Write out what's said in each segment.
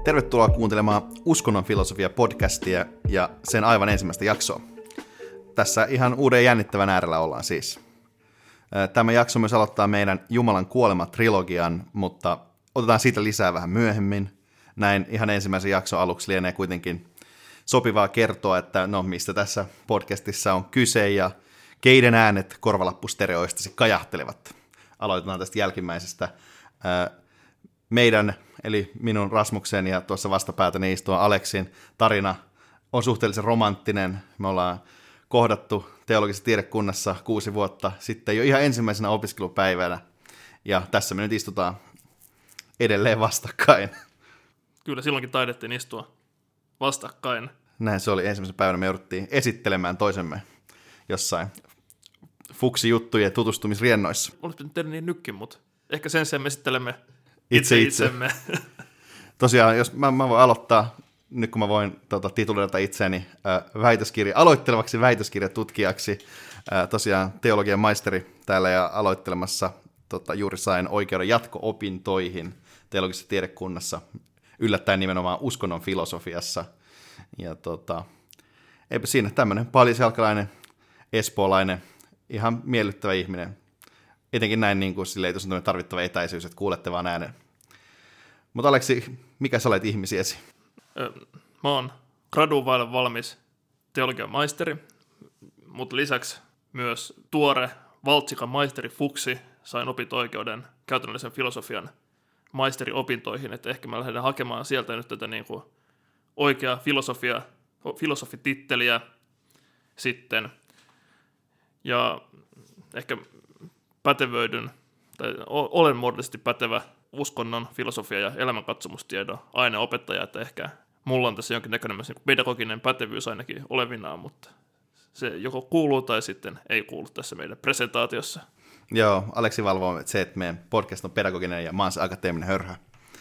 Tervetuloa kuuntelemaan Uskonnon filosofia-podcastia ja sen aivan ensimmäistä jaksoa. Tässä ihan uuden jännittävän äärellä ollaan siis. Tämä jakso myös aloittaa meidän Jumalan kuolema-trilogian, mutta otetaan siitä lisää vähän myöhemmin. Näin ihan ensimmäisen jakson aluksi lienee kuitenkin sopivaa kertoa, että mistä tässä podcastissa on kyse ja keiden äänet korvalappustereoistasi kajahtelevat. Aloitetaan tästä jälkimmäisestä. Meidän, eli minun Rasmuksen ja tuossa vastapäätäni istuva Aleksin tarina on suhteellisen romanttinen. Me ollaan kohdattu teologisessa tiedekunnassa 6 vuotta sitten jo ihan ensimmäisenä opiskelupäivänä, ja tässä me nyt istutaan edelleen vastakkain. Kyllä, silloinkin taidettiin istua vastakkain. Näin se oli. Ensimmäisen päivänä me jouduttiin esittelemään toisemme jossain fuksijuttujen tutustumisriennoissa. Olisi nyt tehdä niin nytkin, mutta ehkä sen sijaan me esittelemme itsemme. Tosiaan, jos mä voin aloittaa, nyt kun mä voin tituleerata itseäni aloittelevaksi väitöskirjatutkijaksi, tosiaan teologian maisteri täällä ja aloittelemassa, juuri sain oikeuden jatko-opintoihin teologisessa tiedekunnassa, yllättäen nimenomaan uskonnon filosofiassa. Ja eipä siinä tämmöinen paljasjalkalainen, espoolainen, ihan miellyttävä ihminen. Etenkin näin niin kuin sille ei tosiaan tarvittava etäisyys, että kuulette vaan äänen. Mutta Aleksi, mikä sä olet ihmisiesi? Mä oon graduun vaille valmis teologian maisteri, mutta lisäksi myös tuore Valtsikan maisteri Fuksi. Sain opinto-oikeuden käytännöllisen filosofian maisteriopintoihin, että ehkä mä lähden hakemaan sieltä nyt tätä niin kuin oikeaa filosofititteliä sitten. Ja ehkä pätevöidyn, tai olen muodollisesti pätevä uskonnon, filosofia ja elämänkatsomustiedon aineopettaja, että ehkä mulla on tässä jonkinnäköinen myös pedagoginen pätevyys ainakin olevinaan, mutta se joko kuuluu tai sitten ei kuulu tässä meidän presentaatiossa. Joo, Aleksi valvoo se, että meidän podcast on pedagoginen ja mä oon se akateeminen hörhä.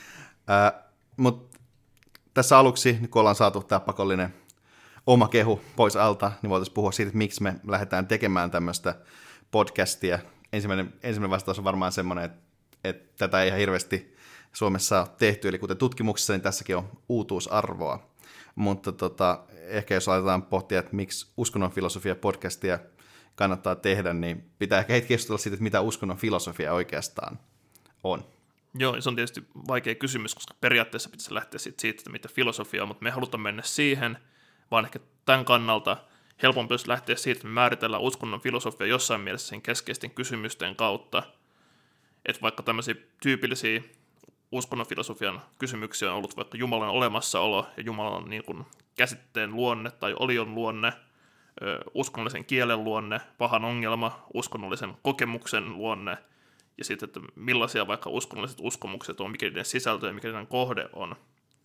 Mutta tässä aluksi, kun ollaan saatu tämä pakollinen oma kehu pois alta, niin voitaisiin puhua siitä, että miksi me lähdetään tekemään tämmöistä podcastia. Ensimmäinen vastaus on varmaan semmoinen, että tätä ei ihan hirveästi Suomessa ole tehty, eli kuten tutkimuksessa, niin tässäkin on uutuusarvoa. Mutta ehkä jos aletaan pohtia, että miksi uskonnon filosofia podcastia kannattaa tehdä, niin pitää ehkä keskustella siitä, että mitä uskonnon filosofia oikeastaan on. Joo, se on tietysti vaikea kysymys, koska periaatteessa pitäisi lähteä siitä, että mitä filosofia on, mutta me ei haluta mennä siihen, vaan ehkä tämän kannalta helpompi olisi lähteä siitä, että me määritellään uskonnon filosofia jossain mielessä sen keskeisten kysymysten kautta, että vaikka tämmöisiä tyypillisiä uskonnon filosofian kysymyksiä on ollut vaikka Jumalan olemassaolo ja Jumalan niin kuin käsitteen luonne tai olion luonne, uskonnollisen kielen luonne, pahan ongelma, uskonnollisen kokemuksen luonne ja sitten, että millaisia vaikka uskonnolliset uskomukset on, mikä niiden sisältö ja mikä niiden kohde on.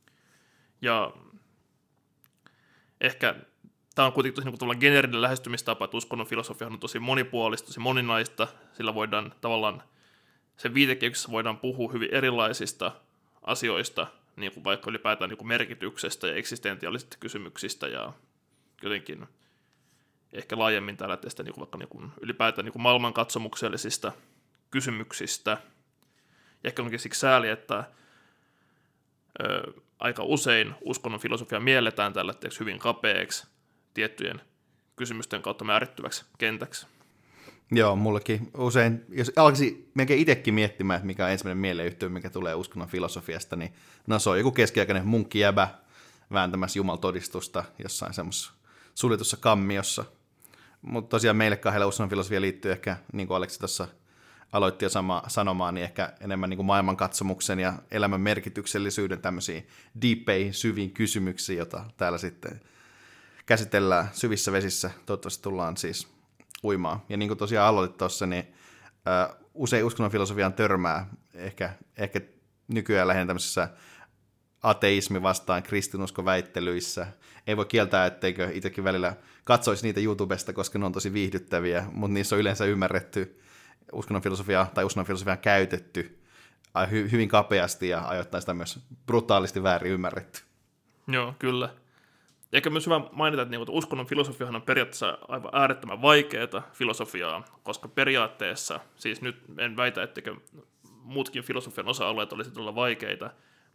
Ja ehkä tämä on kuitenkin tosi niin geneerinen lähestymistapa, että uskonnon filosofia on tosi monipuolista, tosi moninaista, sillä voidaan tavallaan sen viitekehyksessä voidaan puhua hyvin erilaisista asioista, niin kuin vaikka ylipäätään niin kuin merkityksestä ja eksistentiaalisista kysymyksistä ja jotenkin ehkä laajemmin täällä tästä niin kuin vaikka niin kuin ylipäätään niin kuin maailmankatsomuksellisista kysymyksistä. Ja ehkä onkin siksi sääli, että aika usein uskonnon filosofia mielletään tällä hyvin kapeaksi tiettyjen kysymysten kautta määrittyväksi kentäksi. Joo, mullekin usein, jos alkaisi melkein itsekin miettimään, että mikä on ensimmäinen mieleyhtyö, mikä tulee uskonnon filosofiasta, niin se on joku keskiaikainen munkkijäbä vääntämässä jumaltodistusta jossain semmoisessa suljetussa kammiossa. Mutta tosiaan meille kahdelle uskonnon filosofia liittyy ehkä, niin kuin Aleksi tuossa aloitti jo sanomaan, niin ehkä enemmän niin kuin maailmankatsomuksen ja elämän merkityksellisyyden tämmöisiä deepeihin, syviin kysymyksiin, jota täällä sitten käsitellään syvissä vesissä. Toivottavasti tullaan siis uimaan. Ja niin kuin tosiaan aloitit tuossa, niin usein uskonnon filosofiaan törmää ehkä nykyään lähinnä tämmöisessä ateismi vastaan kristinuskoväittelyissä. Ei voi kieltää, etteikö itsekin välillä katsoisi niitä YouTubesta, koska ne on tosi viihdyttäviä, mutta niissä on yleensä ymmärretty uskonnon filosofiaa tai uskonnon filosofiaa käytetty hyvin kapeasti ja ajoittain sitä myös brutaalisti väärin ymmärretty. Joo, kyllä. Eikä myös hyvä mainita, että uskonnon filosofiahan on periaatteessa aivan äärettömän vaikeaa filosofiaa, koska periaatteessa, siis nyt en väitä, etteikö muutkin filosofian osa-alueet olisi todella vaikeita,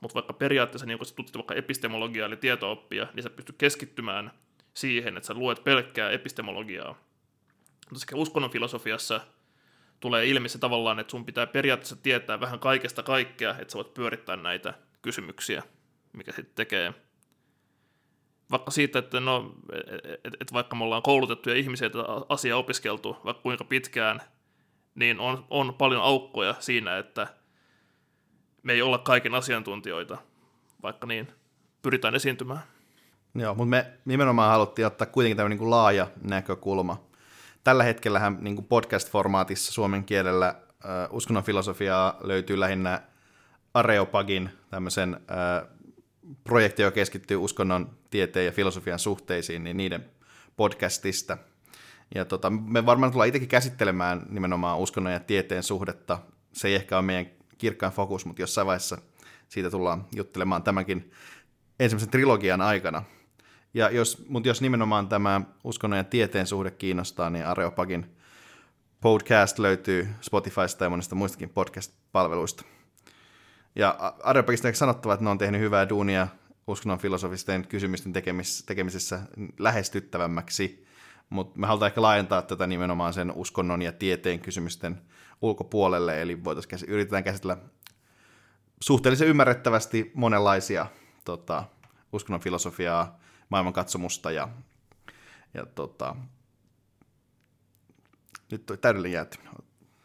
mutta vaikka periaatteessa niin kun sä tutkit vaikka epistemologiaa eli tieto-oppia, niin sä pystyt keskittymään siihen, että sä luet pelkkää epistemologiaa. Mutta sekä uskonnon filosofiassa tulee ilmi se tavallaan, että sun pitää periaatteessa tietää vähän kaikesta kaikkea, että sä voit pyörittää näitä kysymyksiä, mikä sitten tekee. Vaikka siitä, että vaikka me ollaan koulutettuja ihmisiä, että asiaa opiskeltu vaikka kuinka pitkään, niin on paljon aukkoja siinä, että me ei olla kaiken asiantuntijoita, vaikka niin pyritään esiintymään. Joo, mutta me nimenomaan haluttiin ottaa kuitenkin tämmöinen niin kuin laaja näkökulma. Tällä hetkellähän niin kuin podcast-formaatissa suomen kielellä uskonnon filosofiaa löytyy lähinnä Areopagin tämmöisen projekti, joka keskittyy uskonnon, tieteen ja filosofian suhteisiin, niin niiden podcastista. Ja me varmaan tullaan itsekin käsittelemään nimenomaan uskonnon ja tieteen suhdetta. Se ei ehkä ole meidän kirkkaan fokus, mutta jossain vaiheessa siitä tullaan juttelemaan tämänkin ensimmäisen trilogian aikana. Mutta jos nimenomaan tämä uskonnon ja tieteen suhde kiinnostaa, niin Areopagin podcast löytyy Spotifysta ja monista muistakin podcast-palveluista. Ja Areopagista sanottava, että ne on tehnyt hyvää duunia uskonnon filosofisten kysymysten tekemisessä lähestyttävämmäksi, mutta me halutaan ehkä laajentaa tätä nimenomaan sen uskonnon ja tieteen kysymysten ulkopuolelle, eli yritetään käsitellä suhteellisen ymmärrettävästi monenlaisia uskonnon filosofiaa, maailmankatsomusta ja nyt toi täydellinen jäätyminen.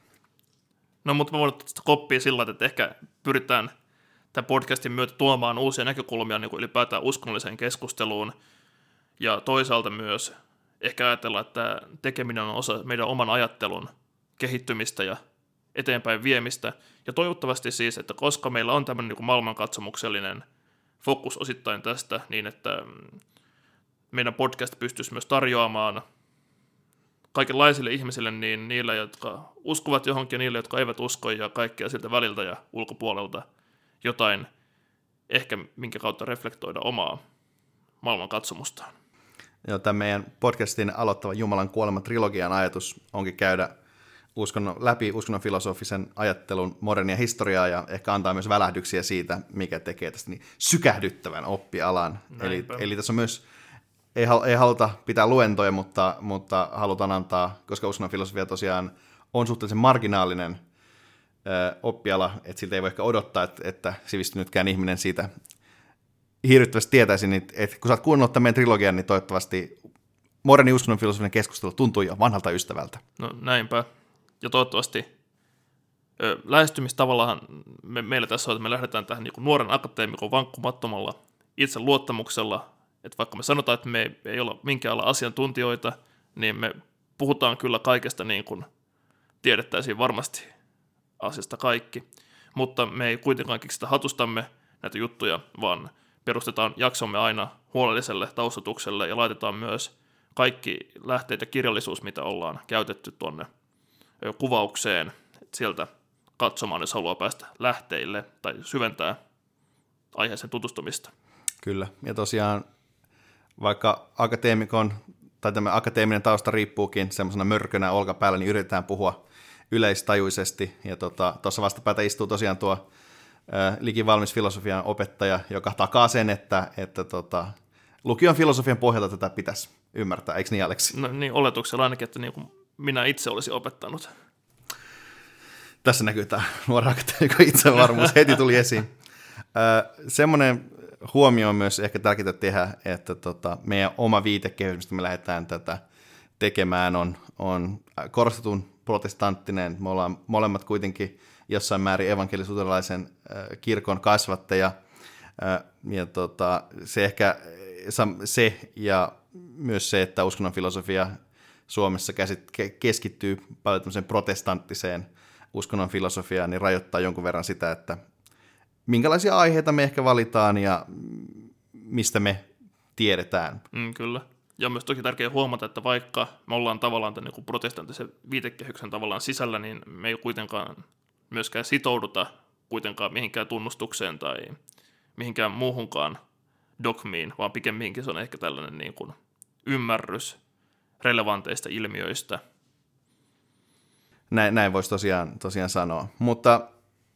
No, mutta mä voin ottaa tästä koppia sillä tavalla, että ehkä pyritään tämän podcastin myötä tuomaan uusia näkökulmia niin kuin ylipäätään uskonnolliseen keskusteluun, ja toisaalta myös ehkä ajatella, että tekeminen on osa meidän oman ajattelun kehittymistä ja eteenpäin viemistä, ja toivottavasti siis, että koska meillä on tämmöinen niin kuin maailmankatsomuksellinen fokus osittain tästä, niin että meidän podcast pystyisi myös tarjoamaan kaikenlaisille ihmisille, niin niille, jotka uskovat johonkin, ja niille, jotka eivät usko, ja kaikkea siltä väliltä ja ulkopuolelta jotain, ehkä minkä kautta reflektoida omaa maailmankatsomustaan. Joo, tämän meidän podcastin aloittava Jumalan kuolema trilogian ajatus onkin käydä läpi uskonnon filosofisen ajattelun modernia historiaa ja ehkä antaa myös välähdyksiä siitä, mikä tekee tästä niin sykähdyttävän oppialan. Eli tässä on myös, ei haluta pitää luentoja, mutta halutaan antaa, koska uskonnon filosofia tosiaan on suhteellisen marginaalinen oppiala, että siltä ei voi ehkä odottaa, että sivistynytkään ihminen siitä hirvittävästi tietäisi, että kun sä oot kuunnellut tämän meidän trilogian, niin toivottavasti moderni uskonnon filosofinen keskustelu tuntuu jo vanhalta ystävältä. No näinpä. Ja toivottavasti lähestymistavallahan meillä tässä on, että me lähdetään tähän niin kuin nuoren akateemikon vankkumattomalla itseluottamuksella, että vaikka me sanotaan, että me ei olla minkään ala asiantuntijoita, niin me puhutaan kyllä kaikesta niin kuin tiedettäisiin varmasti asiasta kaikki, mutta me ei kuitenkaan keksitä hatustamme näitä juttuja, vaan perustetaan jaksomme aina huolelliselle taustatukselle ja laitetaan myös kaikki lähteet ja kirjallisuus, mitä ollaan käytetty tuonne kuvaukseen, että sieltä katsomaan, jos haluaa päästä lähteille tai syventää aiheeseen tutustumista. Kyllä, ja tosiaan vaikka akateemikon tai tämä akateeminen tausta riippuukin semmoisena mörkönä olkapäällä, niin yritetään puhua yleistajuisesti, ja tuossa vastapäätä istuu tosiaan tuo likivalmis filosofian opettaja, joka takaa sen, että lukion filosofian pohjalta tätä pitäisi ymmärtää, eikö niin, Aleksi? No niin, oletuksella ainakin, että niin kuin minä itse olisin opettanut. Tässä näkyy tämä nuori akateemikon itsevarmuus, heti tuli esiin. Semmoinen huomio on myös ehkä tärkeää tehdä, että meidän oma viitekehys, mistä me lähdetään tätä tekemään, on korostetun protestanttinen. Me ollaan molemmat kuitenkin jossain määrin evankelis-luterilaisen kirkon kasvatteja, ja se ja myös se, että uskonnon filosofia Suomessa keskittyy paljon tämmöiseen protestanttiseen uskonnon filosofiaan, niin rajoittaa jonkun verran sitä, että minkälaisia aiheita me ehkä valitaan ja mistä me tiedetään. Kyllä. Ja on myös toki tärkeää huomata, että vaikka me ollaan tavallaan tämän niin protestanttisen viitekehyksen tavallaan sisällä, niin me ei kuitenkaan myöskään sitouduta kuitenkaan mihinkään tunnustukseen tai mihinkään muuhunkaan dogmiin, vaan pikemminkin se on ehkä tällainen niin kuin ymmärrys relevanteista ilmiöistä. Näin voisi tosiaan sanoa. Mutta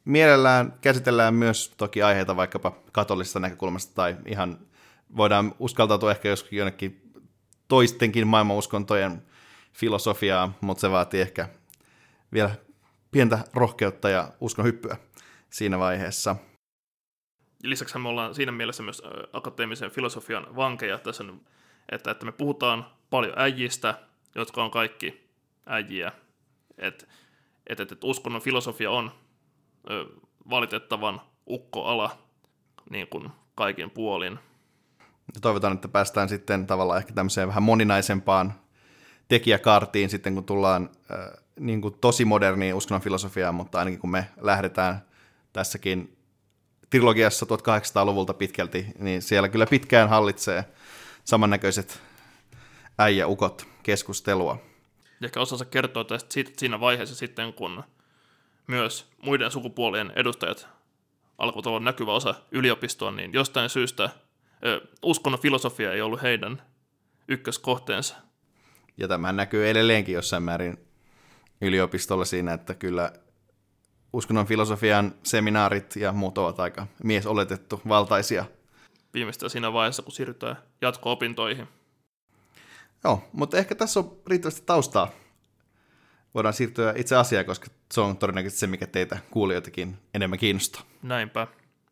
mielellään käsitellään myös toki aiheita vaikkapa katolisesta näkökulmasta tai ihan voidaan uskaltautua ehkä joskus jonnekin toistenkin maailmanuskontojen filosofiaa, mutta se vaatii ehkä vielä pientä rohkeutta ja uskon hyppyä siinä vaiheessa. Lisäksi me ollaan siinä mielessä myös akateemisen filosofian vankeja tässä, että me puhutaan paljon äijistä, jotka on kaikki äijiä. Että uskonnon filosofia on valitettavan ukkoala niin kuin kaikin puolin. Toivotaan, että päästään sitten tavallaan ehkä tämmöiseen vähän moninaisempaan tekijäkaartiin sitten, kun tullaan niin kuin tosi moderniin uskonnon filosofiaan, mutta ainakin kun me lähdetään tässäkin trilogiassa 1800-luvulta pitkälti, niin siellä kyllä pitkään hallitsee samannäköiset äijäukot keskustelua. Ehkä osaansa kertoa tästä siinä vaiheessa sitten, kun myös muiden sukupuolien edustajat alkoivat olla näkyvä osa yliopistoa, niin jostain syystä uskonnon filosofia ei ollut heidän ykköskohteensa. Ja tämähän näkyy edelleenkin jossain määrin yliopistolla siinä, että kyllä uskonnon filosofian seminaarit ja muut ovat aika miesoletettu valtaisia. Viimeistään siinä vaiheessa, kun siirrytään jatko-opintoihin. Joo, mutta ehkä tässä on riittävästi taustaa. Voidaan siirtyä itse asiaan, koska se on todennäköisesti se, mikä teitä kuulijoitakin enemmän kiinnostaa. Näinpä.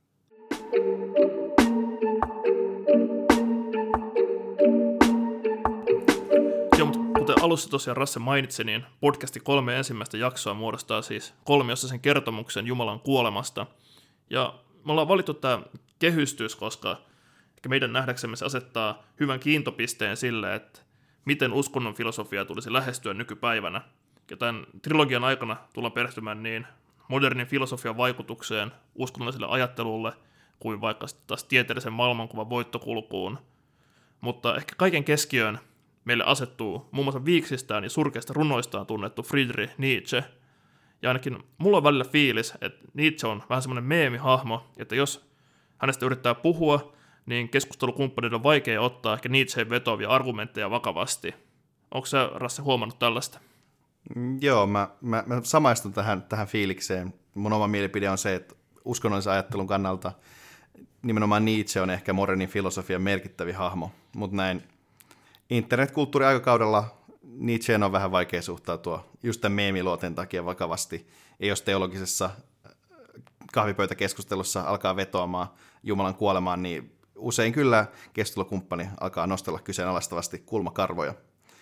Joo, mutta kuten alussa tosiaan Rasse mainitsi, niin podcastin 3 ensimmäistä jaksoa muodostaa siis 3-osaisen kertomuksen Jumalan kuolemasta. Ja me ollaan valittu tämä kehystys, koska meidän nähdäksemme se asettaa hyvän kiintopisteen sille, että miten uskonnon filosofiaa tulisi lähestyä nykypäivänä. Ja tämän trilogian aikana tullaan perehtymään niin modernin filosofian vaikutukseen uskonnolliselle ajattelulle kuin vaikka taas tieteellisen maailmankuvan voittokulkuun. Mutta ehkä kaiken keskiöön meille asettuu muun muassa viiksistään ja surkeista runoistaan tunnettu Friedrich Nietzsche. Ja ainakin mulla on välillä fiilis, että Nietzsche on vähän semmoinen meemihahmo, että jos hänestä yrittää puhua, niin keskustelukumppaneiden on vaikea ottaa ehkä Nietzscheen vetovia argumentteja vakavasti. Onko sä, Rasse, huomannut tällaista? Joo, mä samaistun tähän fiilikseen. Mun oma mielipide on se, että uskonnollisen ajattelun kannalta nimenomaan Nietzsche on ehkä modernin filosofian merkittävin hahmo, mutta näin internetkulttuuriaikakaudella Nietzscheen on vähän vaikea suhtautua just tämän meemiluoteen takia vakavasti. Ja jos teologisessa kahvipöytäkeskustelussa alkaa vetoamaan Jumalan kuolemaan, niin usein kyllä keskustelukumppani alkaa nostella kyseenalaistavasti kulmakarvoja.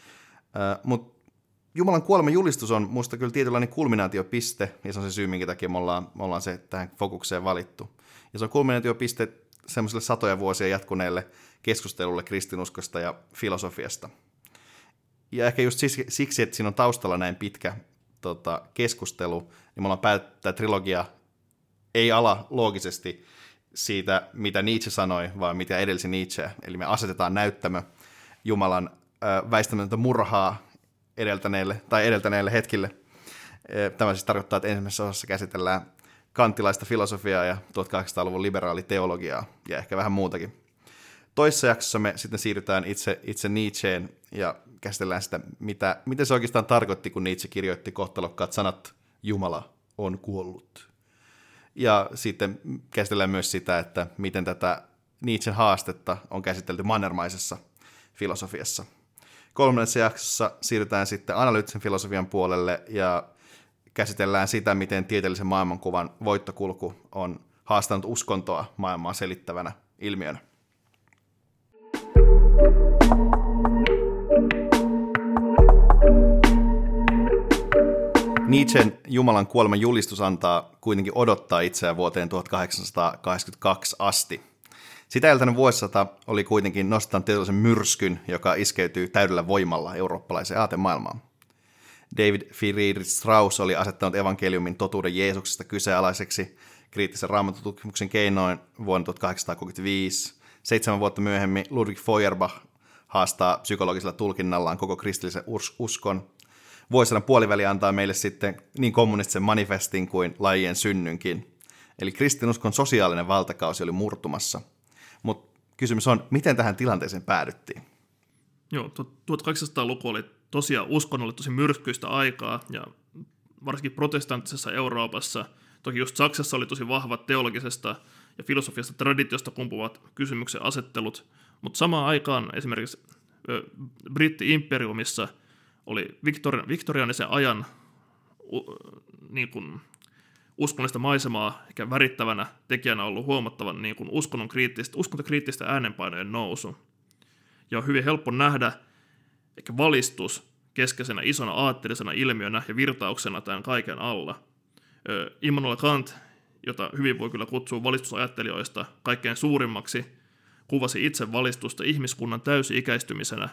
Mutta Jumalan kuoleman julistus on musta kyllä tietynlainen kulminaatiopiste, ja se on se syy, minkä takia me ollaan se tähän fokukseen valittu. Ja se on kulminaatiopiste semmoiselle satoja vuosia jatkuneelle keskustelulle kristinuskosta ja filosofiasta. Ja ehkä just siksi, että siinä on taustalla näin pitkä keskustelu, niin me ollaan tämä trilogia ei ala loogisesti siitä, mitä Nietzsche sanoi, vaan mitä edelsi Nietzsche. Eli me asetetaan näyttämö Jumalan väistämätöntä murhaa edeltäneille hetkille. Tämä siis tarkoittaa, että ensimmäisessä osassa käsitellään kanttilaista filosofiaa ja 1800-luvun liberaaliteologiaa ja ehkä vähän muutakin. Toisessa jaksossa me sitten siirrytään itse Nietzscheen ja käsitellään sitä, mitä se oikeastaan tarkoitti, kun Nietzsche kirjoitti kohtalokkaat sanat Jumala on kuollut. Ja sitten käsitellään myös sitä, että miten tätä Nietzschen haastetta on käsitelty mannermaisessa filosofiassa. 3. jaksossa siirrytään sitten analyyttisen filosofian puolelle ja käsitellään sitä, miten tieteellisen maailmankuvan voittokulku on haastanut uskontoa maailmaa selittävänä ilmiönä. Nietzschen Jumalan kuoleman julistus antaa kuitenkin odottaa itseään vuoteen 1882 asti. Sitä edeltänyt vuosisata oli kuitenkin nostanut tietynlaisen myrskyn, joka iskeytyy täydellä voimalla eurooppalaiseen aatemaailmaan. David Friedrich Strauss oli asettanut evankeliumin totuuden Jeesuksesta kyseenalaiseksi kriittisen raamattututkimuksen keinoin vuonna 1835. 7 vuotta myöhemmin Ludwig Feuerbach haastaa psykologisella tulkinnallaan koko kristillisen uskon. Vuosisadan puoliväli antaa meille sitten niin kommunistisen manifestin kuin lajien synnynkin. Eli kristinuskon sosiaalinen valtakausi oli murtumassa. Mutta kysymys on, miten tähän tilanteeseen päädyttiin? Joo, 1800-luku oli tosiaan uskonnolle tosi myrskyistä aikaa, ja varsinkin protestanttisessa Euroopassa Toki just Saksassa oli tosi vahvat teologisesta ja filosofiasta traditiosta kumpuvat kysymyksen asettelut, mutta samaan aikaan esimerkiksi Britti-imperiumissa oli viktoriaanisen ajan niin kuin uskonnollista maisemaa ehkä värittävänä tekijänä ollut huomattavan niin kuin uskontokriittistä äänenpainojen nousu. Ja on hyvin helppo nähdä ehkä valistus keskeisenä isona aatteellisena ilmiönä ja virtauksena tämän kaiken alla. Immanuel Kant, jota hyvin voi kyllä kutsua valistusajattelijoista kaikkein suurimmaksi, kuvasi itse valistusta ihmiskunnan täysi-ikäistymisenä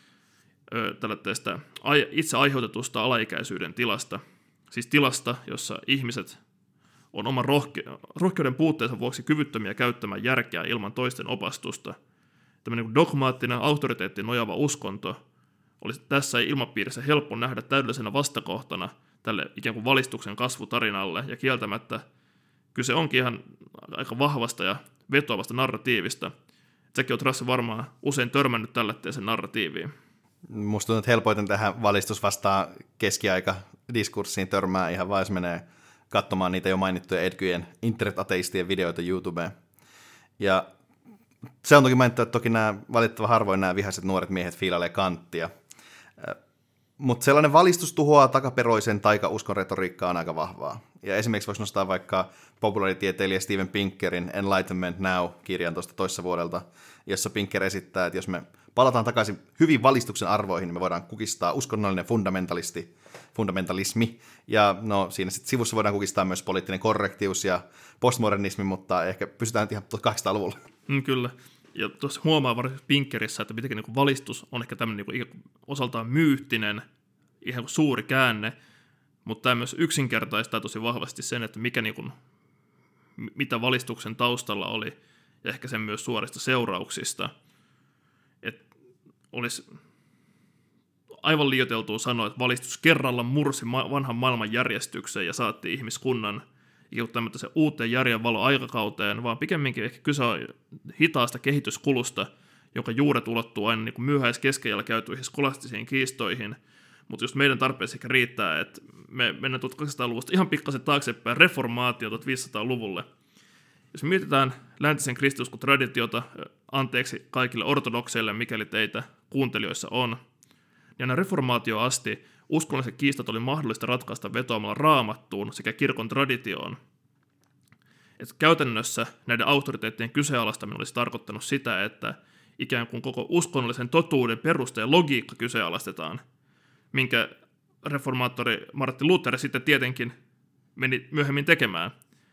tällaista itse aiheutetusta alaikäisyyden tilasta. Siis tilasta, jossa ihmiset on oman rohkeuden puutteensa vuoksi kyvyttömiä käyttämään järkeä ilman toisten opastusta. Tämmöinen dogmaattinen autoriteettiin nojaava uskonto olisi tässä ilmapiirissä helppo nähdä täydellisenä vastakohtana tälle ikään kuin valistuksen kasvutarinalle, ja kieltämättä kyse onkin ihan aika vahvasta ja vetoavasta narratiivista. Säkin oot, Rassi, varmaan usein törmännyt tällaiseen narratiiviin. Musta tuntuu, että helpoiten tähän valistus vastaan keskiaika-diskurssiin törmää ihan vaan, jos menee katsomaan niitä jo mainittuja Edgyjen internet-ateistien videoita YouTubeen. Ja se on toki mainittu, että toki nämä valitettavan harvoin nämä vihaiset nuoret miehet fiilailee Kanttia. Mutta sellainen valistus tuhoaa takaperoisen taikauskon retoriikkaa on aika vahvaa. Ja esimerkiksi voisi nostaa vaikka populaaritieteilijä Steven Pinkerin Enlightenment Now-kirjan tuosta toissa vuodelta, jossa Pinker esittää, että jos me palataan takaisin hyvin valistuksen arvoihin, niin me voidaan kukistaa uskonnollinen fundamentalismi, ja no siinä sitten sivussa voidaan kukistaa myös poliittinen korrektius ja postmodernismi, mutta ehkä pysytään ihan 1800-luvulla. Kyllä. Ja tuossa huomaa varsinkin Pinkerissä, että mitenkin niin valistus on ehkä tämmöinen niin osaltaan myyttinen, ihan kuin suuri käänne, mutta tämä myös yksinkertaistaa tosi vahvasti sen, että mikä niin kuin, mitä valistuksen taustalla oli, ja ehkä sen myös suorista seurauksista. Että olisi aivan liioiteltua sanoa, että valistus kerralla mursi vanhan maailman järjestyksen ja saatti ihmiskunnan tämmöisen uuteen järjenvalon aikakauteen, vaan pikemminkin ehkä kyse on hitaasta kehityskulusta, jonka juuret ulottuu aina niin kuin myöhäiskeskellä käytyihin skolastisiin kiistoihin, mutta just meidän tarpeessa ehkä riittää, että me mennään 1800-luvusta ihan pikkasen taaksepäin reformaatio 1500-luvulle. Jos me mietitään läntisen kristiuskon traditiota, anteeksi kaikille ortodokseille, mikäli teitä kuuntelijoissa on, ja aina reformaatio asti uskonnolliset kiistat oli mahdollista ratkaista vetoamalla raamattuun sekä kirkon traditioon. Et käytännössä näiden autoriteettien kyseenalaistaminen olisi tarkoittanut sitä, että ikään kuin koko uskonnollisen totuuden peruste ja logiikka kyseenalaistetaan, minkä reformaattori Martin Luther sitten tietenkin meni myöhemmin tekemään.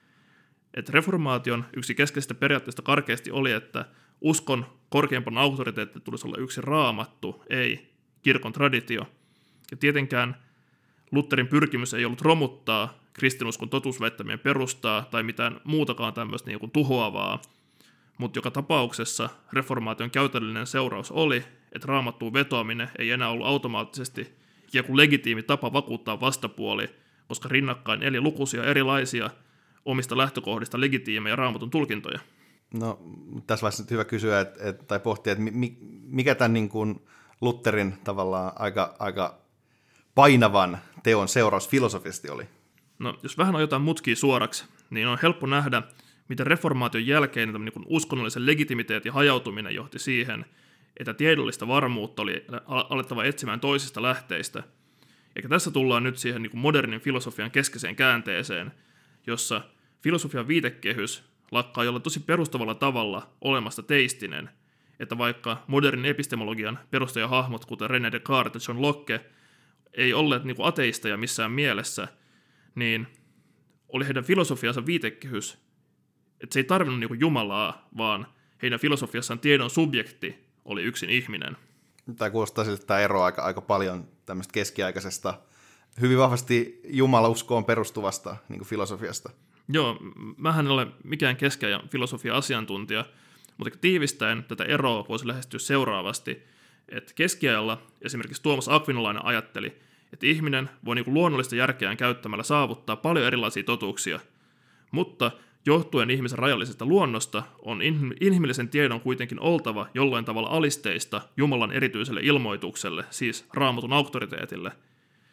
Et reformaation yksi keskeisistä periaatteista karkeasti oli, että uskon korkeimpana autoriteetti tulisi olla yksi raamattu, ei kirkon traditio. Ja tietenkään Lutherin pyrkimys ei ollut romuttaa kristinuskon totuusväittämien perustaa tai mitään muutakaan tämmöistä niin kuin tuhoavaa, mutta joka tapauksessa reformaation käytännöllinen seuraus oli, että raamattuun vetoaminen ei enää ollut automaattisesti joku legitiimi tapa vakuuttaa vastapuoli, koska rinnakkain eli lukuisia erilaisia omista lähtökohdista legitiimejä raamatun tulkintoja. No, tässä vaiheessa hyvä kysyä tai pohtia, että mikä tämän niin kuin Lutherin tavallaan aika painavan teon seuraus filosofisesti oli? No, jos vähän ajetaan mutkia suoraksi, niin on helppo nähdä, miten reformaation jälkeen niin kuin uskonnollisen legitimiteetin hajautuminen johti siihen, että tiedollista varmuutta oli alettava etsimään toisista lähteistä. Eikä tässä tullaan nyt siihen niin kuin modernin filosofian keskeiseen käänteeseen, jossa filosofian viitekehys lakkaa jollain tosi perustavalla tavalla olemasta teistinen, että vaikka modernin epistemologian perustajahahmot, kuten René Descartes ja John Locke, ei olleet niin kuin ateisteja missään mielessä, niin oli heidän filosofiansa viitekehys, että se ei tarvinnut niin kuin Jumalaa, vaan heidän filosofiassaan tiedon subjekti oli yksin ihminen. Tämä kuulostaa siltä, että tämä eroaa aika paljon tämmöistä keskiaikaisesta, hyvin vahvasti jumalauskoon perustuvasta niin kuin filosofiasta. Joo, mähän en ole mikään keskiajan filosofia-asiantuntija, mutta tiivistäen tätä eroa voisi lähestyä seuraavasti, että keskiajalla esimerkiksi Tuomas Akvinolainen ajatteli, että ihminen voi niin kuin luonnollista järkeään käyttämällä saavuttaa paljon erilaisia totuuksia, mutta johtuen ihmisen rajallisesta luonnosta on inhimillisen tiedon kuitenkin oltava jollain tavalla alisteista Jumalan erityiselle ilmoitukselle, siis raamatun auktoriteetille.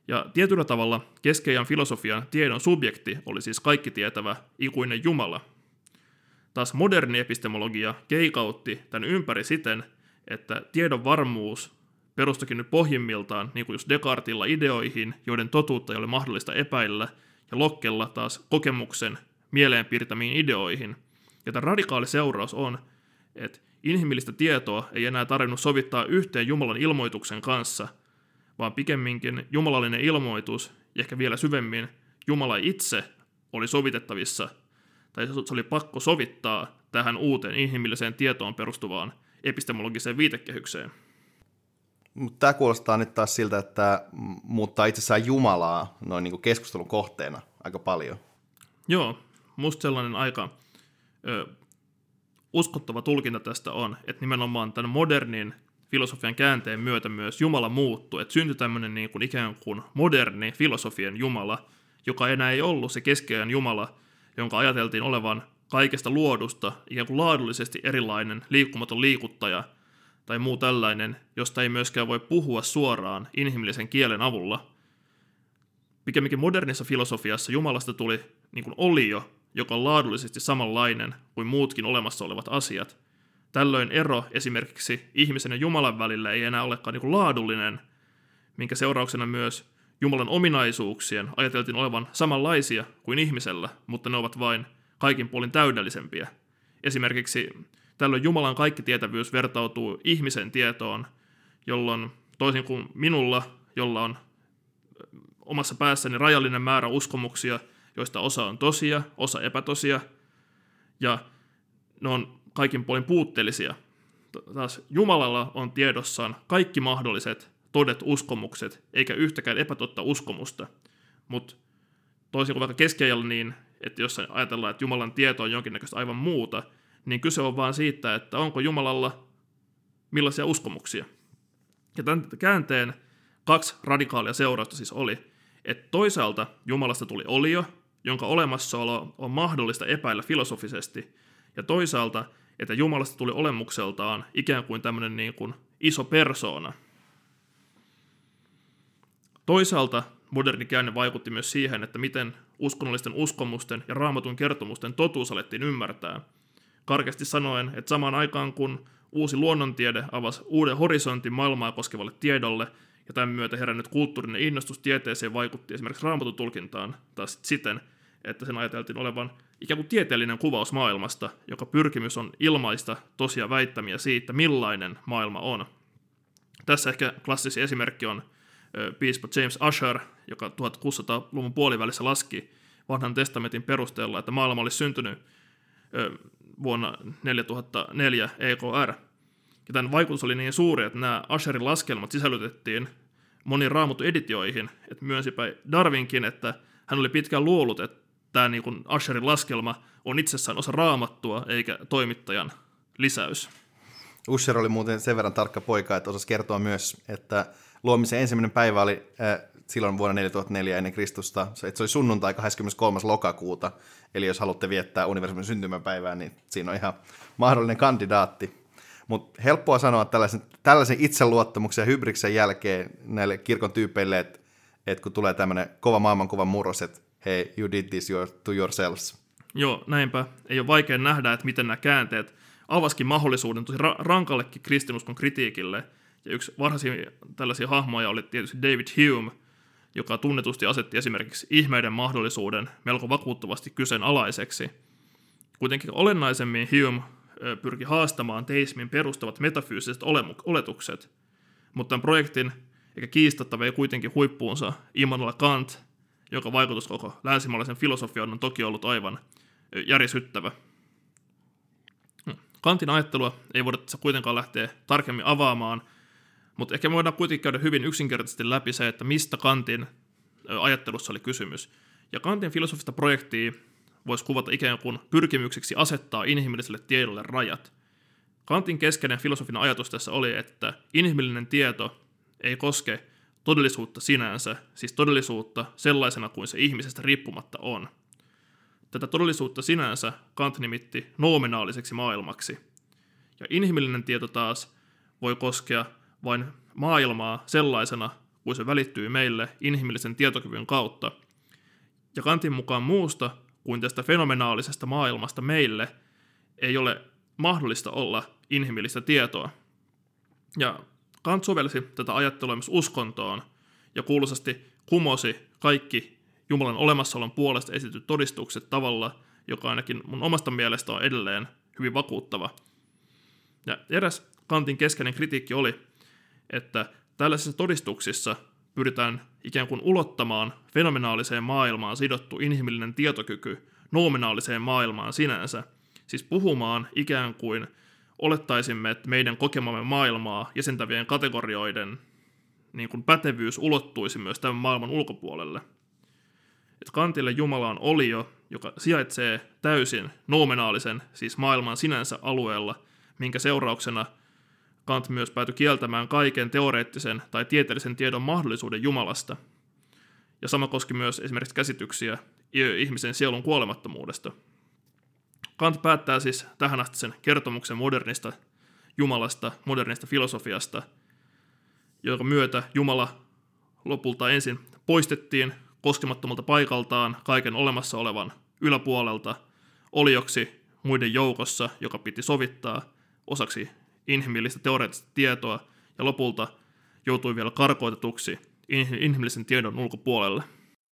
Ja tietyllä tavalla keskiajan filosofian tiedon subjekti oli siis kaikki tietävä ikuinen Jumala. Taas moderni epistemologia keikautti tämän ympäri siten, että tiedon varmuus perustuikin nyt pohjimmiltaan, niin kuin just Descartesilla, ideoihin, joiden totuutta ei ole mahdollista epäillä, ja Lockella taas kokemuksen mieleen piirtämiin ideoihin. Ja tämä radikaali seuraus on, että inhimillistä tietoa ei enää tarvinnut sovittaa yhteen Jumalan ilmoituksen kanssa, vaan pikemminkin jumalallinen ilmoitus, ja ehkä vielä syvemmin Jumala itse oli sovitettavissa, tai se oli pakko sovittaa tähän uuteen inhimilliseen tietoon perustuvaan epistemologiseen viitekehykseen. Mutta tämä kuulostaa nyt taas siltä, että muuttaa itsessään Jumalaa noin niin kuin keskustelun kohteena aika paljon. Joo, musta sellainen aika uskottava tulkinta tästä on, että nimenomaan tämän modernin filosofian käänteen myötä myös Jumala muuttui, että syntyi tämmöinen niin kuin ikään kuin moderni filosofian Jumala, joka enää ei ollut se keskiajan Jumala, jonka ajateltiin olevan kaikesta luodusta ikään kuin laadullisesti erilainen liikkumaton liikuttaja tai muu tällainen, josta ei myöskään voi puhua suoraan inhimillisen kielen avulla. Pikemminkin modernissa filosofiassa Jumalasta tuli niin kuin olio, joka on laadullisesti samanlainen kuin muutkin olemassa olevat asiat. Tällöin ero esimerkiksi ihmisen ja Jumalan välillä ei enää olekaan niin kuin laadullinen, minkä seurauksena myös Jumalan ominaisuuksien ajateltiin olevan samanlaisia kuin ihmisellä, mutta ne ovat vain kaikin puolin täydellisempiä. Esimerkiksi tällöin Jumalan kaikkitietävyys vertautuu ihmisen tietoon, jolloin toisin kuin minulla, jolla on omassa päässäni rajallinen määrä uskomuksia, joista osa on tosia, osa epätosia, ja ne on kaikin puolin puutteellisia. Taas Jumalalla on tiedossaan kaikki mahdolliset todet uskomukset, eikä yhtäkään epätotta uskomusta. Mutta toisin kuin vaikka keskiajalla niin, että jos ajatellaan, että Jumalan tieto on jonkinnäköistä aivan muuta, niin kyse on vaan siitä, että onko Jumalalla millaisia uskomuksia. Ja tämän käänteen kaksi radikaalia seurausta siis oli, että toisaalta Jumalasta tuli olio, jonka olemassaolo on mahdollista epäillä filosofisesti, ja toisaalta, että Jumalasta tuli olemukseltaan ikään kuin tämmöinen niin kuin iso persoona. Toisaalta moderni käänne vaikutti myös siihen, että miten uskonnollisten uskomusten ja Raamatun kertomusten totuus alettiin ymmärtää. Karkeasti sanoen, että samaan aikaan kun uusi luonnontiede avasi uuden horisontin maailmaa koskevalle tiedolle, ja tämän myötä herännyt kulttuurinen innostus tieteeseen vaikutti esimerkiksi Raamatun tulkintaan taas siten, että sen ajateltiin olevan ikään kuin tieteellinen kuvaus maailmasta, joka pyrkimys on ilmaista tosia väittämiä siitä, millainen maailma on. Tässä ehkä klassisin esimerkki on piispa James Ussher, joka 1600-luvun puolivälissä laski vanhan testamentin perusteella, että maailma olisi syntynyt vuonna 4004 EKR. Ja tämän vaikutus oli niin suuri, että nämä Usherin laskelmat sisällytettiin moniin Raamattu-editioihin, että myönsipä Darwinkin, että hän oli pitkään luullut, että tämä niin kuin Usherin laskelma on itsessään osa Raamattua, eikä toimittajan lisäys. Usher oli muuten sen verran tarkka poika, että osasi kertoa myös, että luomisen ensimmäinen päivä oli silloin vuonna 4004 ennen Kristusta, että se oli sunnuntai 23. lokakuuta, eli jos haluatte viettää universumin syntymäpäivää, niin siinä on ihan mahdollinen kandidaatti. Mutta helppoa sanoa tällaisen itseluottamuksen ja hybriksen jälkeen näille kirkon tyypeille, että kun tulee tämmöinen kova maailmankuvan murros, että hey, you did this to yourselves. Joo, näinpä. Ei ole vaikea nähdä, että miten nämä käänteet avasikin mahdollisuuden tosi rankallekin kristinuskon kritiikille. Ja yksi varhaisia tällaisia hahmoja oli tietysti David Hume, joka tunnetusti asetti esimerkiksi ihmeiden mahdollisuuden melko vakuuttavasti kyseenalaiseksi. Kuitenkin olennaisemmin Hume pyrki haastamaan teismin perustavat metafyysiset oletukset, mutta tämän projektin eikä kiistatta vei kuitenkin huippuunsa Immanuel Kant, jonka vaikutus koko länsimaalaisen filosofian on toki ollut aivan järisyttävä. Kantin ajattelua ei voida kuitenkaan lähteä tarkemmin avaamaan, mutta ehkä me voidaan kuitenkin käydä hyvin yksinkertaisesti läpi se, että mistä Kantin ajattelussa oli kysymys. Ja Kantin filosofista projektia voisi kuvata ikään kuin pyrkimykseksi asettaa inhimilliselle tiedolle rajat. Kantin keskeinen filosofinen ajatus tässä oli, että inhimillinen tieto ei koske todellisuutta sinänsä, siis todellisuutta sellaisena kuin se ihmisestä riippumatta on. Tätä todellisuutta sinänsä Kant nimitti nominaaliseksi maailmaksi. Ja inhimillinen tieto taas voi koskea vain maailmaa sellaisena kuin se välittyy meille inhimillisen tietokyvyn kautta. Ja Kantin mukaan muusta kuin tästä fenomenaalisesta maailmasta meille ei ole mahdollista olla inhimillistä tietoa. Ja Kant sovelsi tätä ajattelua myös uskontoon ja kuuluisasti kumosi kaikki Jumalan olemassaolon puolesta esitetyt todistukset tavalla, joka ainakin mun omasta mielestä on edelleen hyvin vakuuttava. Ja eräs Kantin keskeinen kritiikki oli, että tällaisissa todistuksissa pyritään ikään kuin ulottamaan fenomenaaliseen maailmaan sidottu inhimillinen tietokyky nominaaliseen maailmaan sinänsä, siis puhumaan ikään kuin olettaisimme, että meidän kokemamme maailmaa jäsentävien kategorioiden niin kuin pätevyys ulottuisi myös tämän maailman ulkopuolelle. Et Kantille Jumala on olio, joka sijaitsee täysin nominaalisen, siis maailman sinänsä alueella, minkä seurauksena Kant myös päätyi kieltämään kaiken teoreettisen tai tieteellisen tiedon mahdollisuuden Jumalasta. Ja sama koski myös esimerkiksi käsityksiä ihmisen sielun kuolemattomuudesta. Kant päättää siis tähän asti sen kertomuksen modernista Jumalasta, modernista filosofiasta, jonka myötä Jumala lopulta ensin poistettiin koskemattomalta paikaltaan kaiken olemassa olevan yläpuolelta olioksi muiden joukossa, joka piti sovittaa osaksi inhimillistä teoreettista tietoa, ja lopulta joutui vielä karkoitetuksi inhimillisen tiedon ulkopuolelle.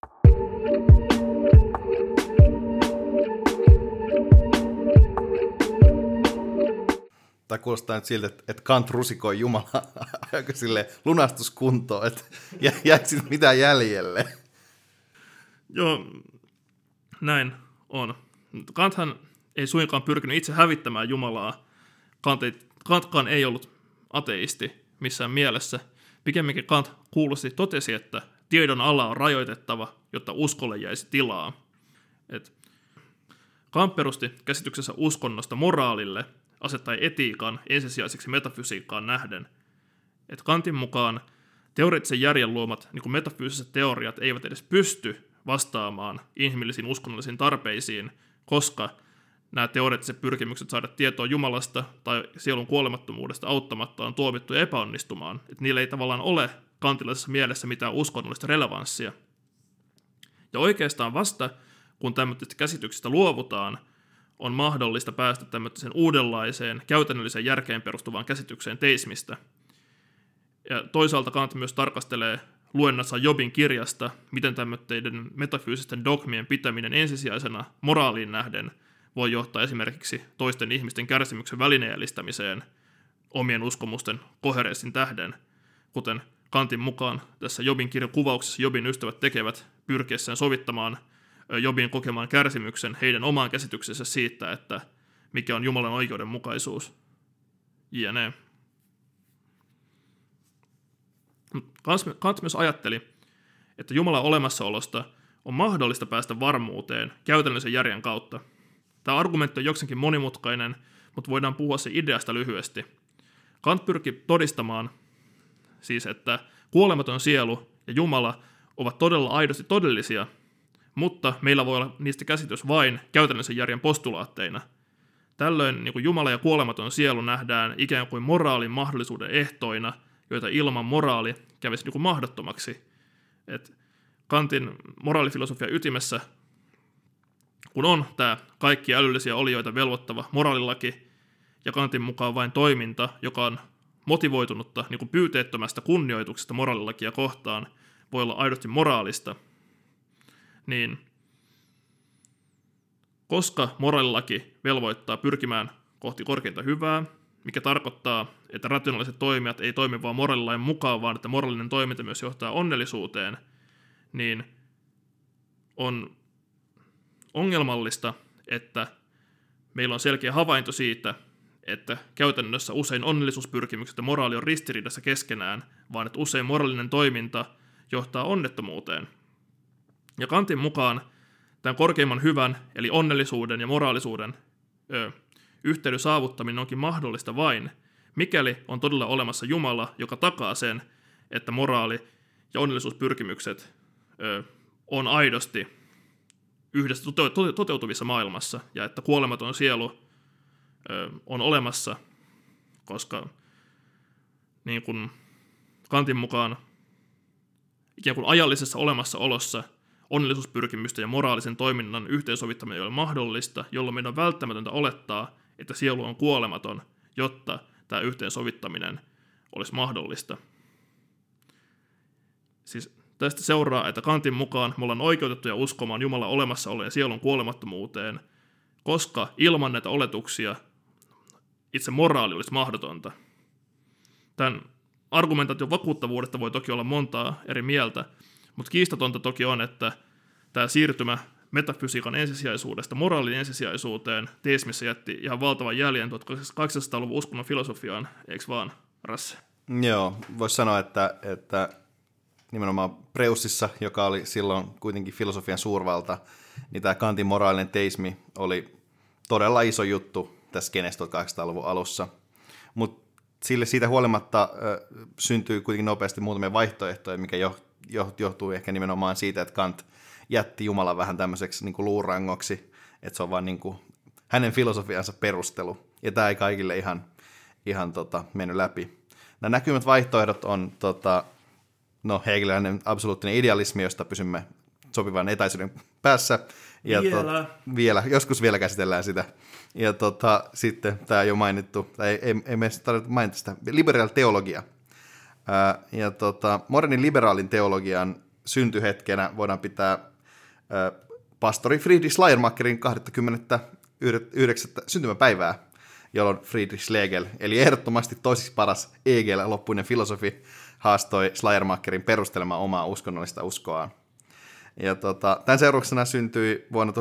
Tai kuulostaa nyt siltä, että Kant rusikoi Jumalaa aika silleen lunastuskuntoon, että jäikö siitä mitään jäljelle? Joo, näin on. Kanthan ei suinkaan pyrkinyt itse hävittämään Jumalaa. Kantkaan ei ollut ateisti missään mielessä. Pikemminkin Kant kuulosti totesi, että tiedon ala on rajoitettava, jotta uskolle jäisi tilaa. Kant perusti käsityksessä uskonnosta moraalille, asettai etiikan ensisijaiseksi metafysiikkaan nähden. Kantin mukaan teoreettisen järjen luomat niin kuin metafyysiset teoriat eivät edes pysty vastaamaan inhimillisiin uskonnollisiin tarpeisiin, koska nämä teoreettiset pyrkimykset saada tietoa Jumalasta tai sielun kuolemattomuudesta auttamatta on tuomittu epäonnistumaan. Niillä ei tavallaan ole kantilaisessa mielessä mitään uskonnollista relevanssia. Ja oikeastaan vasta, kun tämmöisistä käsityksistä luovutaan, on mahdollista päästä tämmöiseen uudenlaiseen, käytännölliseen järkeen perustuvaan käsitykseen teismistä. Ja toisaalta Kant myös tarkastelee luennassa Jobin kirjasta, miten tämmöiden metafyysisten dogmien pitäminen ensisijaisena moraaliin nähden voi johtaa esimerkiksi toisten ihmisten kärsimyksen välineellistämiseen omien uskomusten koherenssin tähden, kuten Kantin mukaan tässä Jobin kirjan kuvauksessa Jobin ystävät tekevät pyrkiessään sovittamaan Jobin kokemaan kärsimyksen heidän omaan käsityksensä siitä, että mikä on Jumalan oikeudenmukaisuus. Jne. Kant myös ajatteli, että Jumalan olemassaolosta on mahdollista päästä varmuuteen käytännöllisen järjen kautta. Tämä argumentti on jokseenkin monimutkainen, mutta voidaan puhua se ideasta lyhyesti. Kant pyrki todistamaan siis, että kuolematon sielu ja Jumala ovat todella aidosti todellisia, mutta meillä voi olla niistä käsitys vain käytännöllisen järjen postulaatteina. Tällöin niin kuin Jumala ja kuolematon sielu nähdään ikään kuin moraalin mahdollisuuden ehtoina, joita ilman moraali kävisi niin kuin mahdottomaksi. Kantin moraalifilosofian ytimessä, kun on tämä kaikkia älyllisiä olioita velvoittava moraalilaki, ja Kantin mukaan vain toiminta, joka on motivoitunutta niin kuin pyyteettömästä kunnioituksesta moraalilakia kohtaan, voi olla aidosti moraalista, niin koska moraalilaki velvoittaa pyrkimään kohti korkeinta hyvää, mikä tarkoittaa, että rationaaliset toimijat ei toimi vain moraalilain mukaan, vaan että moraalinen toiminta myös johtaa onnellisuuteen, niin on ongelmallista, että meillä on selkeä havainto siitä, että käytännössä usein onnellisuuspyrkimykset ja moraali on ristiriidassa keskenään, vaan että usein moraalinen toiminta johtaa onnettomuuteen. Ja Kantin mukaan tämän korkeimman hyvän, eli onnellisuuden ja moraalisuuden yhteyden saavuttaminen onkin mahdollista vain, mikäli on todella olemassa Jumala, joka takaa sen, että moraali ja onnellisuuspyrkimykset on aidosti yhdessä toteutuvissa maailmassa, ja että kuolematon sielu on olemassa, koska niin kuin Kantin mukaan ikään kuin ajallisessa olemassaolossa onnellisuuspyrkimystä ja moraalisen toiminnan yhteensovittaminen ei ole mahdollista, jolloin meidän on välttämätöntä olettaa, että sielu on kuolematon, jotta tämä yhteensovittaminen olisi mahdollista. Siis tästä seuraa, että Kantin mukaan me ollaan oikeutettuja uskomaan Jumalan olemassaoloon ja sielun kuolemattomuuteen, koska ilman näitä oletuksia itse moraali olisi mahdotonta. Tämän argumentaation vakuuttavuudesta voi toki olla montaa eri mieltä, mutta kiistatonta toki on, että tämä siirtymä metafysiikan ensisijaisuudesta moraalin ensisijaisuuteen teismissä jätti ihan valtavan jäljen 1800-luvun uskonnon filosofiaan, eikö vaan, Rasse? Joo, voisi sanoa, että nimenomaan Preussissa, joka oli silloin kuitenkin filosofian suurvalta, niin tämä Kantin moraalinen teismi oli todella iso juttu tässä kenestä 1800-luvun alussa. Mutta siitä huolimatta syntyy kuitenkin nopeasti muutamia vaihtoehtoja, mikä johtuu ehkä nimenomaan siitä, että Kant jätti Jumalan vähän tämmöiseksi niin kuin luurangoksi, että se on vaan niin kuin hänen filosofiansa perustelu. Ja tämä ei kaikille ihan mennyt läpi. Nämä näkymät vaihtoehdot on hegeliläinen absoluuttinen idealismi, josta pysymme sopivan etäisyyden päässä. Ja joskus vielä käsitellään sitä. Ja sitten tämä jo mainittu, tai ei me tarvitse mainita sitä, liberaali teologia. Ja modernin liberaalin teologian syntyhetkenä voidaan pitää pastori Friedrich Schleiermacherin 29. syntymäpäivää, jolloin Friedrich Schlegel, eli ehdottomasti toiseksi paras Hegel, loppuinen filosofi, haastoi Schleiermacherin perustelemaan omaa uskonnollista uskoaan. Ja tämän seurauksena syntyi vuonna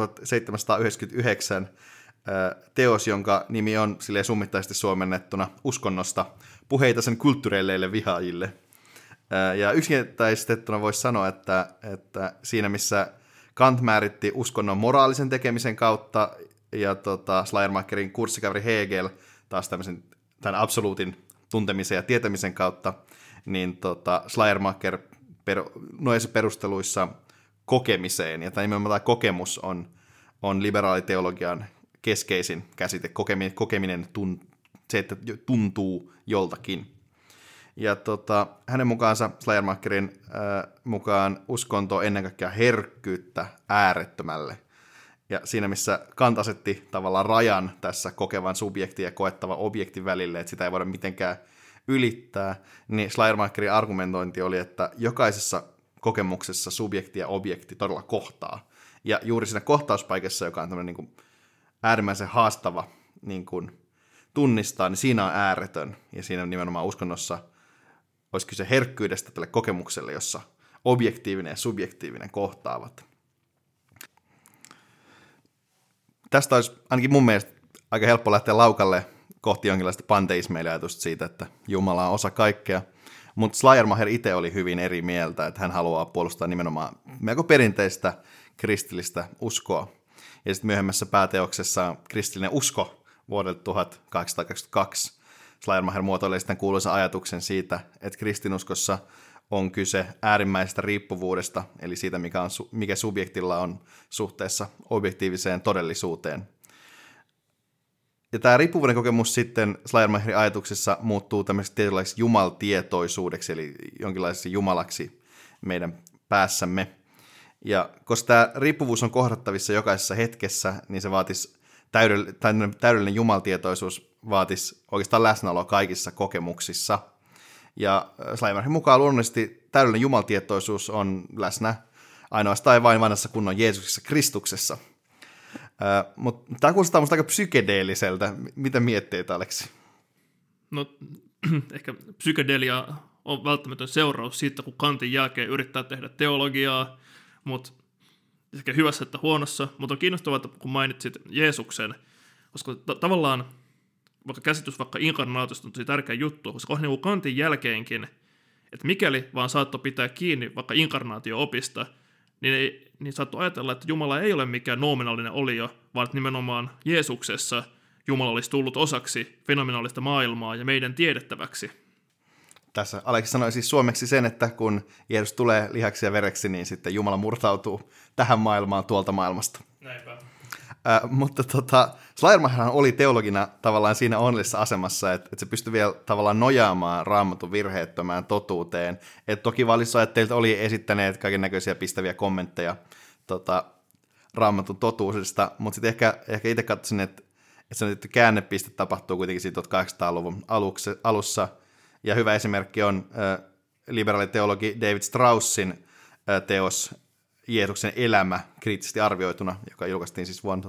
1799 teos, jonka nimi on silleen summittaisesti suomennettuna uskonnosta puheita sen kulttuureilleille vihaajille. Ja yksinkertaistettuna voisi sanoa, että siinä missä Kant määritti uskonnon moraalisen tekemisen kautta ja Schleiermacherin kurssikäveri Hegel taas tämän absoluutin tuntemisen ja tietämisen kautta, niin Schleiermacher noissa perusteluissa kokemiseen, ja nimenomaan tämä kokemus on liberaaliteologian keskeisin käsite, kokeminen, se, että tuntuu joltakin. Ja hänen mukaansa, Schleiermacherin mukaan, uskonto on ennen kaikkea herkkyyttä äärettömälle. Ja siinä, missä Kant asetti tavallaan rajan tässä kokevan subjektin ja koettavan objektin välille, että sitä ei voida mitenkään ylittää, niin Schleiermacherin argumentointi oli, että jokaisessa kokemuksessa subjekti ja objekti todella kohtaa. Ja juuri siinä kohtauspaikassa, joka on tämmöinen niin kuin äärimmäisen haastava niin kuin tunnistaa, niin siinä on ääretön. Ja siinä nimenomaan uskonnossa olisi kyse herkkyydestä tälle kokemukselle, jossa objektiivinen ja subjektiivinen kohtaavat. Tästä olisi ainakin mun mielestä aika helppo lähteä laukalle kohti jonkinlaista panteismia-ajatusta siitä, että Jumala on osa kaikkea. Mutta Schleiermacher itse oli hyvin eri mieltä, että hän haluaa puolustaa nimenomaan melko perinteistä kristillistä uskoa. Ja sitten myöhemmässä pääteoksessa Kristillinen usko vuodelta 1822 Schleiermacher muotoilee sitten kuuluisen ajatuksen siitä, että kristinuskossa on kyse äärimmäisestä riippuvuudesta, eli siitä, mikä subjektilla on suhteessa objektiiviseen todellisuuteen. Ja tämä riippuvuuden kokemus sitten Schleiermacherin ajatuksessa muuttuu tämmöiseksi tietynlaiseksi jumaltietoisuudeksi, eli jonkinlaiseksi jumalaksi meidän päässämme. Ja koska tämä riippuvuus on kohdattavissa jokaisessa hetkessä, niin se vaatisi täydellinen jumaltietoisuus vaatisi oikeastaan läsnäoloa kaikissa kokemuksissa. Ja Schleiermacherin mukaan luonnollisesti täydellinen jumaltietoisuus on läsnä ainoastaan vain vanhassa kunnon Jeesuksessa Kristuksessa. Mutta tämä kuulostaa musta aika psykedeelliseltä. Mitä mietteitä, Aleksi? No, ehkä psykedelia on välttämätön seuraus siitä, kun Kantin jälkeen yrittää tehdä teologiaa, mutta sekä hyvässä että huonossa. Mutta on kiinnostavaa, että kun mainitsit Jeesuksen, koska tavallaan vaikka käsitys vaikka inkarnaatiosta on tosi tärkeä juttu, koska on niin Kantin jälkeenkin, että mikäli vaan saattoi pitää kiinni vaikka inkarnaatio-opista, niin saattoi ajatella, että Jumala ei ole mikään nominaalinen olio, vaan että nimenomaan Jeesuksessa Jumala olisi tullut osaksi fenomenaalista maailmaa ja meidän tiedettäväksi. Tässä Aleksi sanoi siis suomeksi sen, että kun Jeesus tulee lihaksi ja vereksi, niin sitten Jumala murtautuu tähän maailmaan tuolta maailmasta. Näinpä. Mutta Schleiermacherhan oli teologina tavallaan siinä onnellisessa asemassa, että se pystyi vielä tavallaan nojaamaan Raamatun virheettömään totuuteen. Et toki valistusajattelit oli esittäneet kaiken näköisiä pistäviä kommentteja Raamatun totuudesta, mutta sitten ehkä itse katsoin, että se käännepiste tapahtuu kuitenkin siitä 1800-luvun alussa. Ja hyvä esimerkki on liberaaliteologi David Straussin teos Jeesuksen elämä kriittisesti arvioituna, joka julkaistiin siis vuonna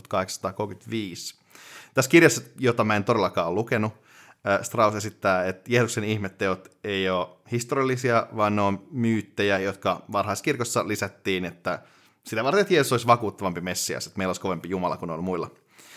1835. Tässä kirjassa, jota mä en todellakaan ole lukenut, Strauss esittää, että Jeesuksen ihmetteot ei ole historiallisia, vaan ne on myyttejä, jotka varhaiskirkossa lisättiin, että sitä varten, että Jeesus olisi vakuuttavampi Messias, että meillä olisi kovempi Jumala kuin on muilla.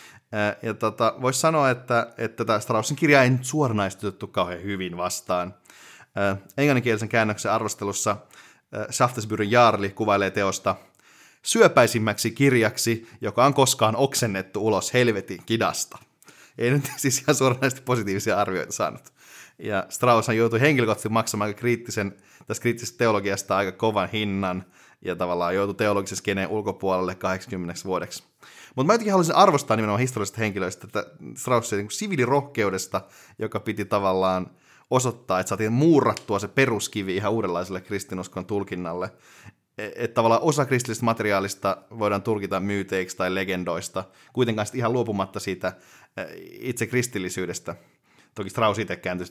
Ja voisi sanoa, että tätä Straussin kirjaa ei nyt suoranaisesti otettu kauhean hyvin vastaan. Englanninkielisen käännöksen arvostelussa Shaftesburyn Jaarli kuvailee teosta syöpäisimmäksi kirjaksi, joka on koskaan oksennettu ulos helvetin kidasta. Ei nyt siis ihan suoranaisesti positiivisia arvioita saanut. Ja Strausshan joutui henkilökohtaisesti maksamaan tästä kriittisestä teologiasta aika kovan hinnan, ja tavallaan joutui teologisen skeneen ulkopuolelle 80 vuodeksi. Mutta mä jotenkin haluaisin arvostaa nimenomaan historiallisesta henkilöistä, että Straussin niin siviilirohkeudesta, joka piti tavallaan osoittaa, että saatiin muurrattua se peruskivi ihan uudenlaiselle kristinuskon tulkinnalle. Että tavallaan osa kristillisestä materiaalista voidaan tulkita myyteiksi tai legendoista, kuitenkaan ihan luopumatta siitä itse kristillisyydestä. Toki Strauss itse kääntyi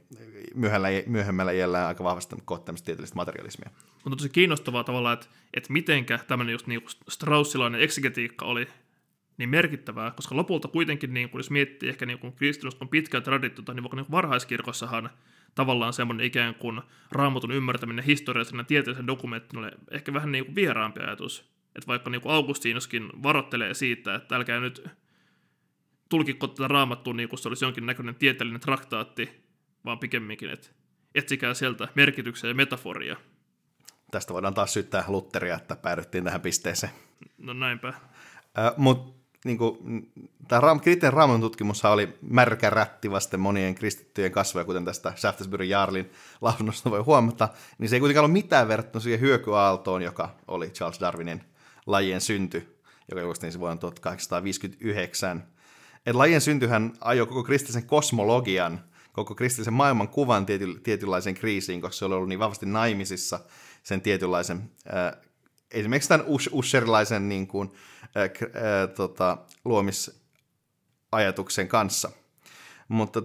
myöhemmällä iällä aika vahvasti kohti tämmöistä tieteellistä materialismia. On tosi kiinnostavaa tavallaan, että mitenkä tämmöinen just niin straussilainen eksegetiikka oli niin merkittävää, koska lopulta kuitenkin, niin kun jos miettii ehkä niin kristinuskon pitkää traditiota, niin vaikka niin varhaiskirkossahan tavallaan semmoinen ikään kuin Raamatun ymmärtäminen historiallisena tieteellisen dokumenttina oli ehkä vähän niin kuin vieraampi ajatus. Että vaikka niin kuin Augustinoskin varoittelee siitä, että älkää nyt tulkikko tätä Raamattua niin kuin se olisi jonkinnäköinen tieteellinen traktaatti, vaan pikemminkin, että etsikää sieltä merkityksiä ja metaforia. Tästä voidaan taas syyttää Lutheria, että päädyttiin tähän pisteeseen. No näinpä. Mutta niin tämä kriittinen Raamatun tutkimushan oli märkä rätti vasten monien kristittyjen kasvoja, kuten tästä Shaftesburyn Jaarlin lausunnosta voi huomata, niin se ei kuitenkaan ole mitään verrattuna siihen hyökyaaltoon, joka oli Charles Darwinin Lajien synty, joka julkaistiin vuonna 1859. Et Lajien syntyhän ajoi koko kristillisen kosmologian, koko kristillisen maailmankuvan tietynlaiseen kriisiin, koska se oli ollut niin vahvasti naimisissa sen tietynlaisen, esimerkiksi tämän usherilaisen niin kuin, luomisajatuksen kanssa. Mutta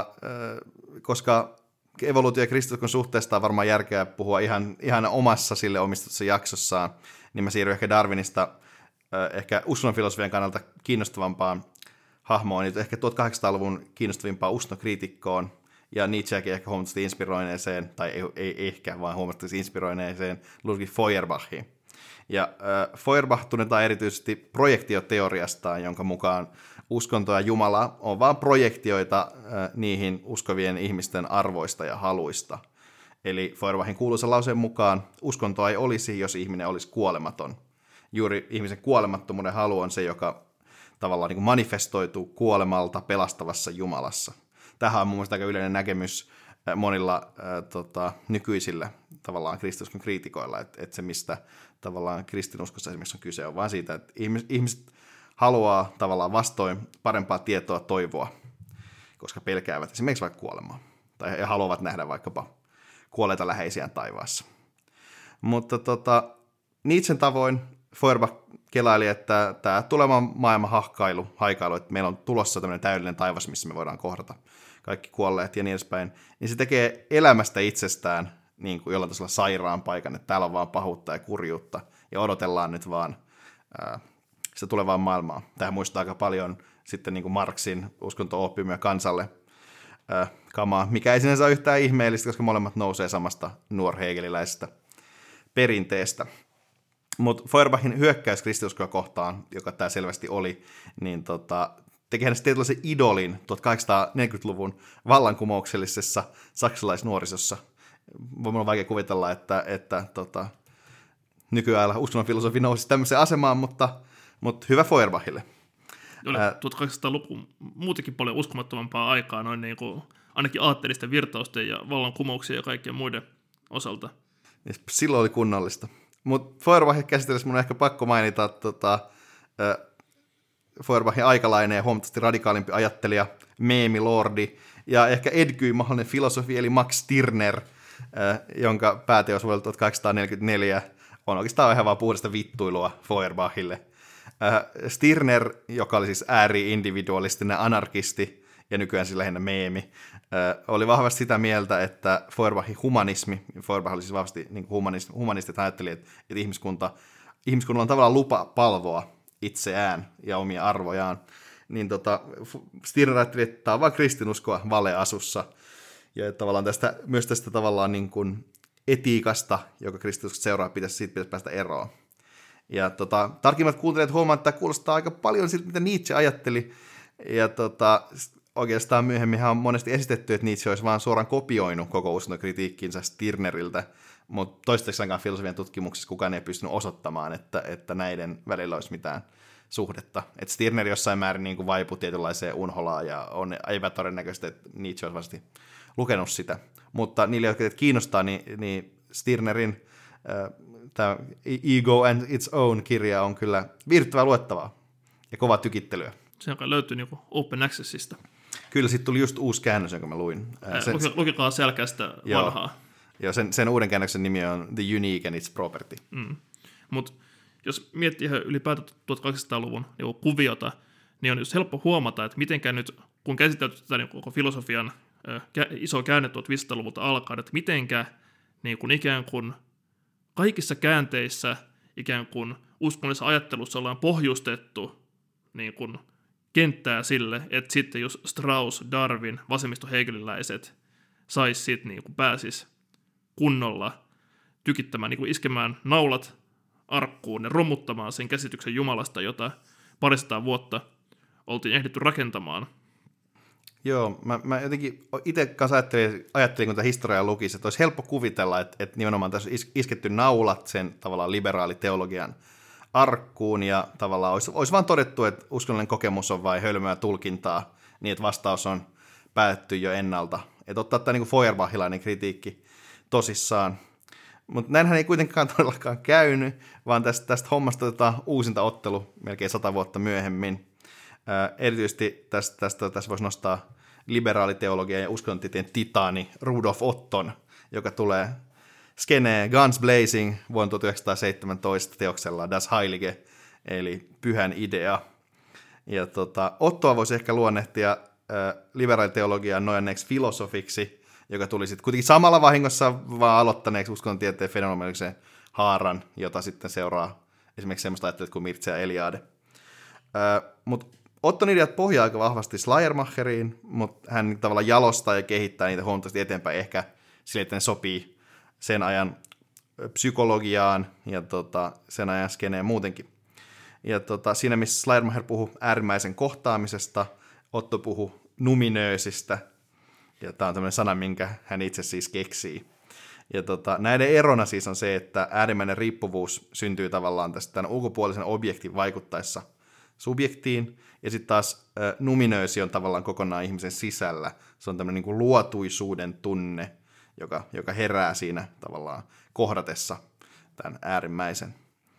koska evoluutio- ja kristinuskon suhteesta on varmaan järkeä puhua ihan omassa sille omistuksessa jaksossaan, niin mä siirryn ehkä Darwinista ehkä uskonnonfilosofian kannalta kiinnostavampaan hahmoon, niin ehkä 1800-luvun kiinnostavimpaan uskonnokriitikkoon, ja Nietzscheäkin ehkä huomattavasti inspiroineeseen, tai ei ehkä, vaan huomattavasti inspiroineeseen Ludwig Feuerbachiin. Ja Feuerbach tunnetaan erityisesti projektioteoriastaan, jonka mukaan uskonto ja Jumala on vain projektioita niihin uskovien ihmisten arvoista ja haluista. Eli Feuerbachin kuuluisen lauseen mukaan uskontoa ei olisi, jos ihminen olisi kuolematon. Juuri ihmisen kuolemattomuuden halu on se, joka tavallaan niin kuin manifestoituu kuolemalta pelastavassa Jumalassa. Tähän on mun mielestä aika yleinen näkemys monilla nykyisillä tavallaan kristinuskon kriitikoilla, että se mistä tavallaan kristinuskossa esimerkiksi on kyse on vaan siitä, että ihmiset haluaa tavallaan vastoin parempaa tietoa toivoa, koska pelkäävät esimerkiksi vaikka kuolemaa, tai he haluavat nähdä vaikkapa kuolleita läheisiään taivaassa. Mutta Nietzschen tavoin Feuerbach kelaili, että tämä tulevan maailman haikailu, että meillä on tulossa tämmöinen täydellinen taivas, missä me voidaan kohdata kaikki kuolleet ja niin edespäin, niin se tekee elämästä itsestään niin kuin jollain tasolla sairaan paikan, että täällä on vaan pahuutta ja kurjuutta, ja odotellaan nyt vaan sitä tulevaa maailmaa. Tähän muistaa aika paljon sitten niin kuin Marxin uskonto-oppiumia kansalle kamaa, mikä ei sinänsä ole yhtään ihmeellistä, koska molemmat nousee samasta nuorhegeliläisestä perinteestä. Mutta Feuerbachin hyökkäys kristinuskoa kohtaan, joka tämä selvästi oli, niin teki hänestä tietynlaisen idolin 1840-luvun vallankumouksellisessa saksalaisnuorisossa. Voin vaikea kuvitella, että nykyään uskonnon filosofi nousi tämmöiseen asemaan, mutta hyvä Feuerbachille. Oli 1800-luku muutenkin paljon uskomattomampaa aikaa, noin niin kuin, ainakin aatteellisten virtausten ja vallankumouksien ja kaikkien muiden osalta. Silloin oli kunnollista. Mutta Feuerbachin käsitellessä mun on ehkä pakko mainita Feuerbachin aikalainen ja huomattavasti radikaalimpi ajattelija, meemilordi, ja ehkä Edgyin mahdollinen filosofi, eli Max Stirner, jonka pääteos vuodelta 1844 on oikeastaan ihan vaan puhdasta vittuilua Feuerbachille. Stirner, joka oli siis ääri-individualistinen anarkisti, ja nykyään siis lähinnä meemi, oli vahvasti sitä mieltä, että Feuerbachin humanismi, Feuerbach oli siis vahvasti niin humanistit ajatteli, että ihmiskunnalla on tavallaan lupa palvoa itseään ja omia arvojaan, niin Stirner ajatteli, että tämä on vain kristinuskoa valeasussa, ja tavallaan myös tästä tavallaan niin kuin etiikasta, joka kristinuskosta seuraa, pitäisi päästä eroon. Ja tarkimmat kuuntelijat huomaavat, että tämä kuulostaa aika paljon siltä, mitä Nietzsche ajatteli, ja oikeastaan myöhemmin on monesti esitetty, että Nietzsche olisi vaan suoraan kopioinut koko uskonnonkritiikkinsä Stirneriltä, mutta toistaiseksi ainakaan filosofian tutkimuksessa kukaan ei pystynyt osoittamaan, että näiden välillä olisi mitään suhdetta. Että Stirner jossain määrin niin kuin vaipui tietynlaiseen unholaan, ja on epätodennäköistä, että Nietzsche olisi vasti lukenut sitä. Mutta niille, jotka teitä kiinnostaa, niin Stirnerin tämä Ego and Its Own-kirja on kyllä viihdyttävää luettavaa ja kovaa tykittelyä. Se, joka löytyy niin Open Accessista. Kyllä, sitten tuli just uusi käännös, jonka mä luin. Lukikaa selkeästä vanhaa. Joo, sen uuden käännöksen nimi on The Unique and Its Property. Mutta jos miettii ihan ylipäätään 1800-luvun niin kuviota, niin on just helppo huomata, että mitenkään nyt, kun käsitelty tätä niin koko filosofian iso käänne 1500-luvulta alkaen, että mitenkä niin kuin ikään kuin kaikissa käänteissä ikään kuin uskonnollisessa ajattelussa ollaan pohjustettu niin kuin kenttää sille, että sitten jos Strauss, Darwin, vasemmistohegeliläiset pääsis kunnolla tykittämään, niin kuin iskemään naulat arkkuun ja romuttamaan sen käsityksen Jumalasta, jota parisataa vuotta oltiin ehditty rakentamaan. Joo, mä jotenkin itse kanssa ajattelin, kun tätä historiaa lukisi, että olisi helppo kuvitella, että nimenomaan tässä isketty naulat sen tavallaan liberaaliteologian arkkuun, ja tavallaan olisi vaan todettu, että uskonnollinen kokemus on vain hölmöä tulkintaa, niin että vastaus on päätty jo ennalta. Että ottaa tämä niin kuin Feuerbachilainen kritiikki tosissaan. Mutta näinhän ei kuitenkaan todellakaan käynyt, vaan tästä hommasta otetaan uusinta ottelu melkein 100 vuotta myöhemmin. Erityisesti tässä voisi nostaa liberaaliteologian ja uskonnontieteen titaani Rudolf Otton, joka tulee skeneen Guns Blazing vuonna 1917 teoksella Das Heilige, eli pyhän idea. Ja Ottoa voisi ehkä luonnehtia liberaaliteologiaan nojanneeksi filosofiksi, joka tuli sitten kuitenkin samalla vahingossa vaan aloittaneeksi uskonnontieteen fenomenaalisen haaran, jota sitten seuraa esimerkiksi semmoista ajattelut kuin Mircea Eliade. Mutta Otton ideat pohjaa aika vahvasti Schleiermacheriin, mutta hän tavallaan jalostaa ja kehittää niitä huomattavasti eteenpäin ehkä sille, että ne sopii sen ajan psykologiaan ja sen ajan skeneen muutenkin. Ja siinä, missä Schleiermacher puhui äärimmäisen kohtaamisesta, Otto puhui numinöösistä, ja tämä on tämmöinen sana, minkä hän itse siis keksii. Ja näiden erona siis on se, että äärimmäinen riippuvuus syntyy tavallaan tästä tämän ulkopuolisen objektin vaikuttaessa subjektiin, ja sitten taas numinöösi on tavallaan kokonaan ihmisen sisällä. Se on tämmöinen niin kuin luotuisuuden tunne, joka herää siinä tavallaan kohdatessa tämän äärimmäisen.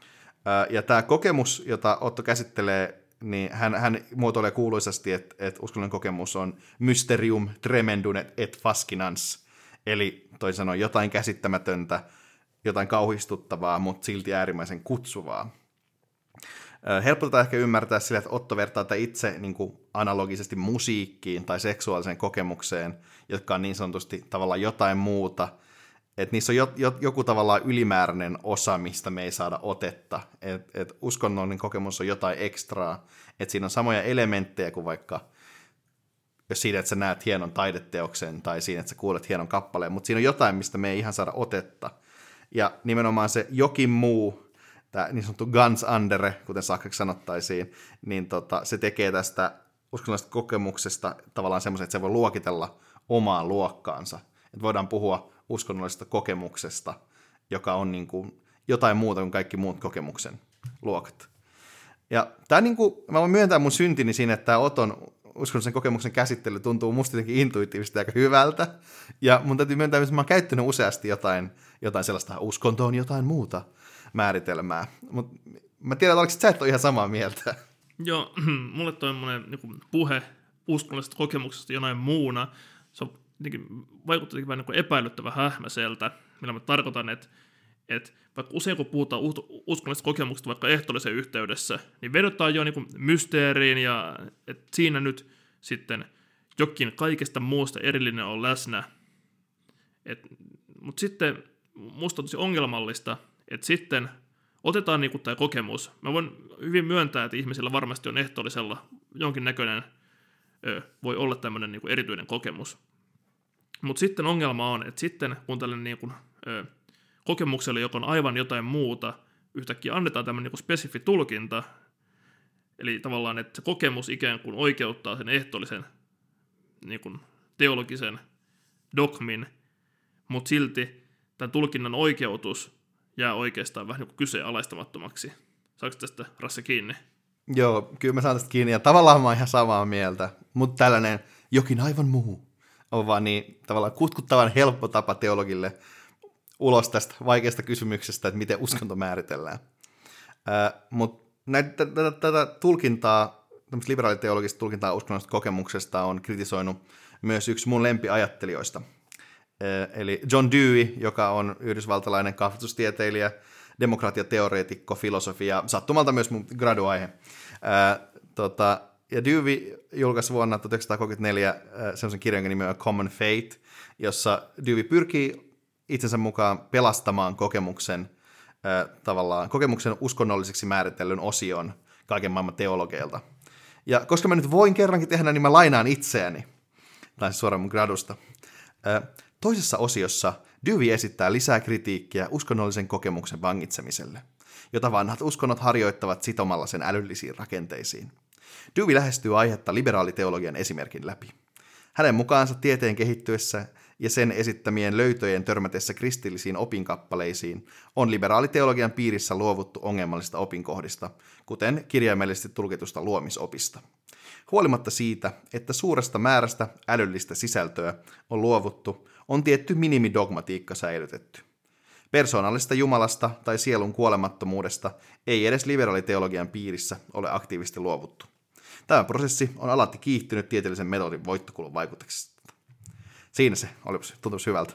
Ja tämä kokemus, jota Otto käsittelee, niin hän muotoilee kuuluisasti, että uskonnollinen kokemus on mysterium tremendum et fascinans, eli toisin sanoen jotain käsittämätöntä, jotain kauhistuttavaa, mutta silti äärimmäisen kutsuvaa. Helpotetaan ehkä ymmärtää sillä, että Otto vertaa tätä itse niin kuin analogisesti musiikkiin tai seksuaaliseen kokemukseen, jotka on niin sanotusti tavallaan jotain muuta. Että niissä on joku tavallaan ylimääräinen osa, mistä me ei saada otetta. Että uskonnollinen kokemus on jotain ekstraa. Että siinä on samoja elementtejä kuin vaikka jos siinä, että sä näet hienon taideteoksen tai siinä, että sä kuulet hienon kappaleen. Mutta siinä on jotain, mistä me ei ihan saada otetta. Ja nimenomaan se jokin muu, tämä niin sanottu ganz andere, kuten saksaksi sanottaisiin, niin se tekee tästä uskonnollisesta kokemuksesta tavallaan semmoisen, että se voi luokitella omaan luokkaansa. Että voidaan puhua uskonnollisesta kokemuksesta, joka on niin kuin jotain muuta kuin kaikki muut kokemuksen luokat. Ja tämä niin kuin, mä voin myöntää mun syntini siinä, että tämä Oton uskonnollisen kokemuksen käsittely tuntuu musta jotenkin intuitiivisesti aika hyvältä. Ja mun täytyy myöntää, että mä oon käyttänyt useasti jotain sellaista uskontoon jotain muuta määritelmää. Mutta mä tiedän, että oliko sä et ole ihan samaa mieltä. Joo, mulle toimmoinen niin puhe uskonnollisesta kokemuksesta jonain muuna, se on vaikuttaa vähän niin epäilyttävän hähmäseltä, millä mä tarkoitan, että vaikka usein kun puhutaan uskonnollisesta kokemuksesta vaikka ehtoollisen yhteydessä, niin vedotaan jo niin mysteeriin ja että siinä nyt sitten jokin kaikesta muusta erillinen on läsnä. Mutta sitten musta on tosi ongelmallista, että sitten otetaan niinku tämä kokemus. Mä voin hyvin myöntää, että ihmisillä varmasti on ehtoollisella jonkinnäköinen, voi olla tämmöinen niinku erityinen kokemus. Mutta sitten ongelma on, että sitten kun tällainen niinku, kokemukselle, joka on aivan jotain muuta, yhtäkkiä annetaan tämmöinen niinku spesifi tulkinta, eli tavallaan, että se kokemus ikään kuin oikeuttaa sen ehtoollisen niinku teologisen dogmin, mutta silti tämän tulkinnan oikeutus jää oikeastaan vähän niin kyseenalaistamattomaksi. Saako tästä Rasse kiinni? Joo, kyllä mä saan tästä kiinni, ja tavallaan mä oon ihan samaa mieltä, mutta tällainen jokin aivan muu on vaan niin tavallaan kutkuttavan helppo tapa teologille ulos tästä vaikeasta kysymyksestä, että miten uskonto määritellään. Mutta tätä tulkintaa, tämmöistä liberaaliteologista tulkintaa uskonnollisesta kokemuksesta on kritisoinut myös yksi mun lempiajattelijoista. Eli John Dewey, joka on yhdysvaltalainen kasvatustieteilijä, demokratiateoreetikko, filosofi ja sattumalta myös mun graduaihe. Ja Dewey julkaisi vuonna 1934 sellaisen kirjan, jonka nimi on Common Fate, jossa Dewey pyrkii itsensä mukaan pelastamaan kokemuksen uskonnolliseksi määritellyn osion kaiken maailman teologeilta. Ja koska mä nyt voin kerrankin tehdä, niin mä lainaan itseäni. Tämä on suoraan mun gradusta. Toisessa osiossa Dewey esittää lisää kritiikkiä uskonnollisen kokemuksen vangitsemiselle, jota vanhat uskonnot harjoittavat sitomalla sen älyllisiin rakenteisiin. Dewey lähestyy aihetta liberaaliteologian esimerkin läpi. Hänen mukaansa tieteen kehittyessä ja sen esittämien löytöjen törmätessä kristillisiin opinkappaleisiin on liberaaliteologian piirissä luovuttu ongelmallisista opinkohdista, kuten kirjaimellisesti tulkitusta luomisopista. Huolimatta siitä, että suuresta määrästä älyllistä sisältöä on luovuttu, on tietty minimidogmatiikka säilytetty. Persoonallisesta Jumalasta tai sielun kuolemattomuudesta ei edes liberaaliteologian piirissä ole aktiivisesti luovuttu. Tämä prosessi on alati kiihtynyt tieteellisen metodin voittokulun vaikutuksesta. Siinä se tuntuisi hyvältä.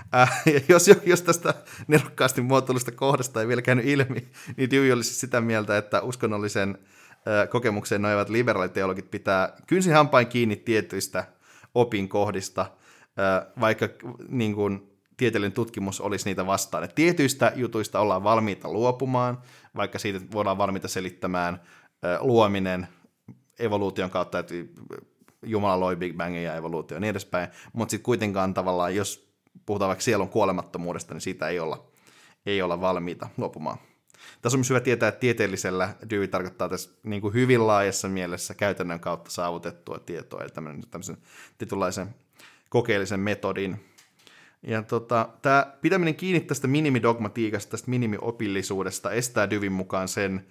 Jos tästä nerokkaasti muotoilusta kohdasta ei vielä käynyt ilmi, niin Dewey olisi sitä mieltä, että uskonnollisen kokemukseen nojavat liberaaliteologit pitää kynsin hampain kiinni tietyistä opinkohdista, vaikka niin kuin tieteellinen tutkimus olisi niitä vastaan. Et tietyistä jutuista ollaan valmiita luopumaan, vaikka siitä voidaan valmiita selittämään luominen evoluution kautta, että Jumala loi Big Bangin ja evoluutio ja niin edespäin, mutta sitten kuitenkaan tavallaan, jos puhutaan vaikka sielun kuolemattomuudesta, niin siitä ei olla valmiita luopumaan. Tässä on myös hyvä tietää, että tieteellisellä Dewey tarkoittaa tässä niin kuin hyvin laajassa mielessä käytännön kautta saavutettua tietoa, eli tämmöisen tietynlaisen kokeellisen metodin. Ja tämä pitäminen kiinni tästä minimidogmatiikasta, tästä minimiopillisuudesta estää Deweyn mukaan sen,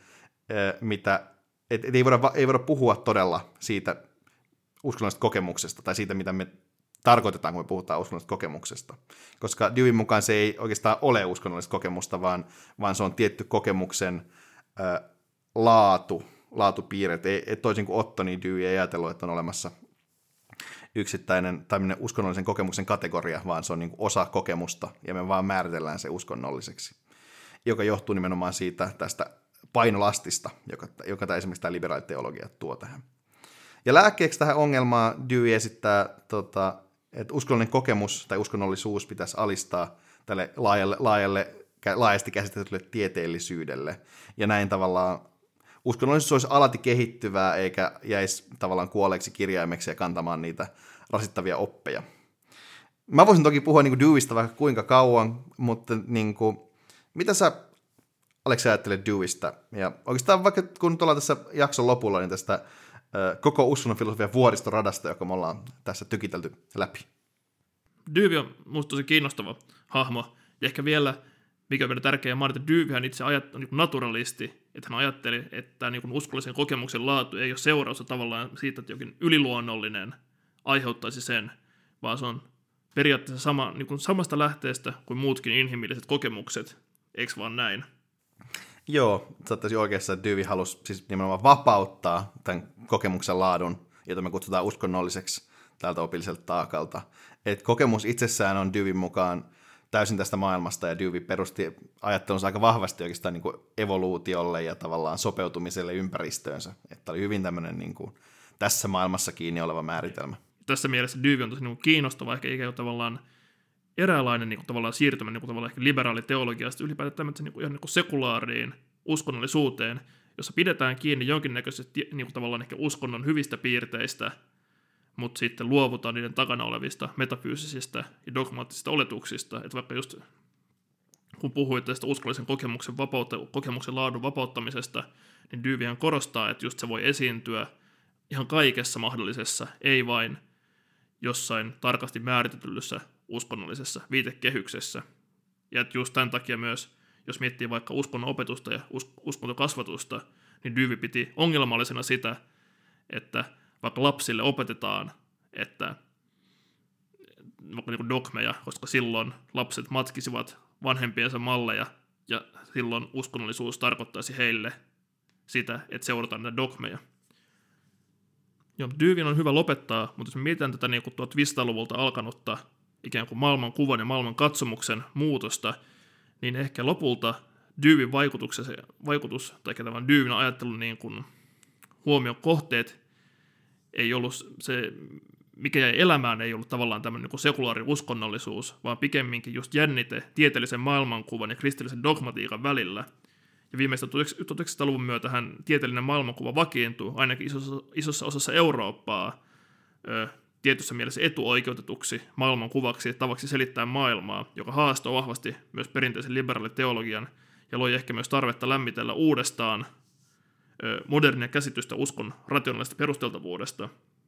että ei voida puhua todella siitä uskonnollisesta kokemuksesta tai siitä, mitä me tarkoitetaan, kun me puhutaan uskonnollisesta kokemuksesta. Koska Deweyn mukaan se ei oikeastaan ole uskonnollista kokemusta, vaan se on tietty kokemuksen laatupiirre. Toisin kuin Otto, niin Dewey ei ajatellut, että on olemassa yksittäinen tämmöinen uskonnollisen kokemuksen kategoria, vaan se on niin kuin osa kokemusta, ja me vaan määritellään se uskonnolliseksi, joka johtuu nimenomaan tästä painolastista, joka esimerkiksi tämä liberaaliteologia tuo tähän. Ja lääkkeeksi tähän ongelmaan Dewey esittää, että uskonnollinen kokemus tai uskonnollisuus pitäisi alistaa tälle laajasti käsitellylle tieteellisyydelle. Ja näin tavallaan uskonnollisuus olisi alati kehittyvää eikä jäisi tavallaan kuolleeksi kirjaimeksi ja kantamaan niitä rasittavia oppeja. Mä voisin toki puhua niin kuin Deweystä vaikka kuinka kauan, mutta niin kuin, mitä sä, Aleksi, ajattelet Deweystä? Ja oikeastaan vaikka kun ollaan tässä jakson lopulla, niin tästä koko uskonnon filosofian vuoristoradasta, joka me ollaan tässä tykitelty läpi. Dewey on musta tosi kiinnostava hahmo, ja ehkä vielä, mikä on vielä tärkeää mainita, Deweyhän itse on niin naturalisti, että hän ajatteli, että niin uskollisen kokemuksen laatu ei ole seurausta tavallaan siitä, että jokin yliluonnollinen aiheuttaisi sen, vaan se on periaatteessa niin samasta lähteestä kuin muutkin inhimilliset kokemukset, eikö vaan näin? Joo, saattaisi oikeassa, että Dewey halusi siis nimenomaan vapauttaa tämän kokemuksen laadun, jota me kutsutaan uskonnolliseksi tältä opilliselta taakalta. Et kokemus itsessään on Deweyn mukaan täysin tästä maailmasta, ja Dewey perusti ajattelunsa aika vahvasti oikeastaan niin kuin evoluutiolle ja tavallaan sopeutumiselle ympäristöönsä. Että oli hyvin tämmöinen niin kuin tässä maailmassa kiinni oleva määritelmä. Tässä mielessä Dewey on tosi niin kuin kiinnostava, ehkä ikään kuin tavallaan eräänlainen niin kuin tavallaan siirtymä niin kuin tavallaan ehkä liberaaliteologiasta ylipäätään tämmöisen niin kuin ihan niin kuin sekulaariin uskonnollisuuteen, jossa pidetään kiinni jonkinnäköisesti niin kuin tavallaan ehkä uskonnon hyvistä piirteistä, mutta sitten luovutaan niiden takana olevista metafyysisistä ja dogmaattisista oletuksista. Että vaikka just kun puhuit tästä uskonnollisen kokemuksen laadun vapauttamisesta, niin Deweyhän korostaa, että just se voi esiintyä ihan kaikessa mahdollisessa, ei vain jossain tarkasti määritellyssä uskonnollisessa viitekehyksessä. Ja että just tämän takia myös, jos miettii vaikka uskonnon opetusta ja uskontokasvatusta, niin Dewey piti ongelmallisena sitä, että vaikka lapsille opetetaan, että vaikka niin kuin dogmeja, koska silloin lapset matkisivat vanhempiensa malleja, ja silloin uskonnollisuus tarkoittaisi heille sitä, että seurataan näitä dogmeja. Joo, Deweyn on hyvä lopettaa, mutta jos me mietitään tätä niin kuin 1500-luvulta alkanutta ikään kuin maailmankuvan ja maailman katsomuksen muutosta, niin ehkä lopulta Deweyn vaikutus tai tämän Deweyn ajattelun niin kuin huomion kohteet ei ollut se, mikä jäi elämään, ei ollut tavallaan tämmöinen niin sekulaari uskonnollisuus, vaan pikemminkin just jännite tieteellisen maailmankuvan ja kristillisen dogmatiikan välillä. Ja viimeistä 1900-luvun myötähän tieteellinen maailmankuva vakiintui ainakin isossa osassa Eurooppaa tietyssä mielessä etuoikeutetuksi maailmankuvaksi ja tavaksi selittää maailmaa, joka haastoi vahvasti myös perinteisen liberaaliteologian ja loi ehkä myös tarvetta lämmitellä uudestaan modernia käsitystä uskon rationaalista perusteltavuudesta.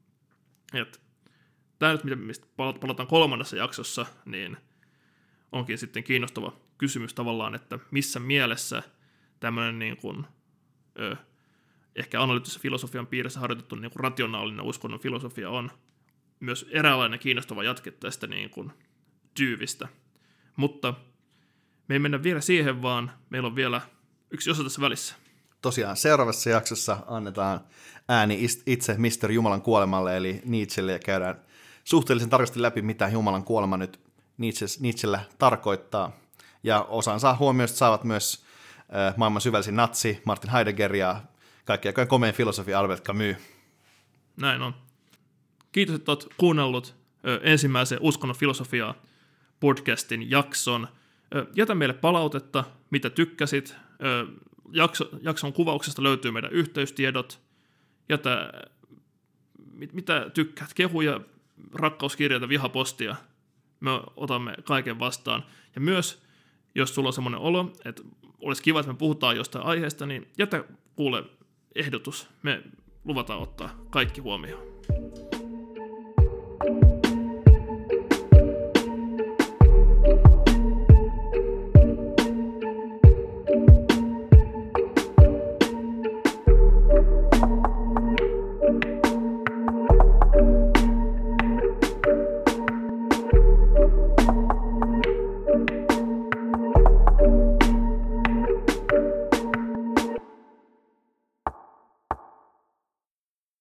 Tämä nyt, mistä palataan 3. jaksossa, niin onkin sitten kiinnostava kysymys tavallaan, että missä mielessä tämmöinen niin kuin, ehkä analyyttisen filosofian piirissä harjoitettu niin kuin rationaalinen uskonnon filosofia on myös eräänlainen kiinnostava jatke tästä niin kuin Deweystä. Mutta me ei mennä vielä siihen, vaan meillä on vielä yksi osa tässä välissä. Tosiaan seuraavassa jaksossa annetaan ääni itse Mr. Jumalan kuolemalle, eli Nietzschelle, ja käydään suhteellisen tarkasti läpi, mitä Jumalan kuolema nyt Nietzschellä tarkoittaa. Ja osansa huomioista saavat myös maailman syvällisin natsi Martin Heidegger ja kaikki aikojen komeen filosofi Albert Camus. Näin on. Kiitos, että olet kuunnellut ensimmäisen Uskonnon filosofiaa podcastin jakson. Jätä meille palautetta, mitä tykkäsit. Jakson kuvauksesta löytyy meidän yhteystiedot. Jätä, mitä tykkäät, kehuja, rakkauskirjeitä, vihapostia. Me otamme kaiken vastaan. Ja myös, jos sulla on semmoinen olo, että olisi kiva, että me puhutaan jostain aiheesta, niin jätä kuule ehdotus. Me luvataan ottaa kaikki huomioon.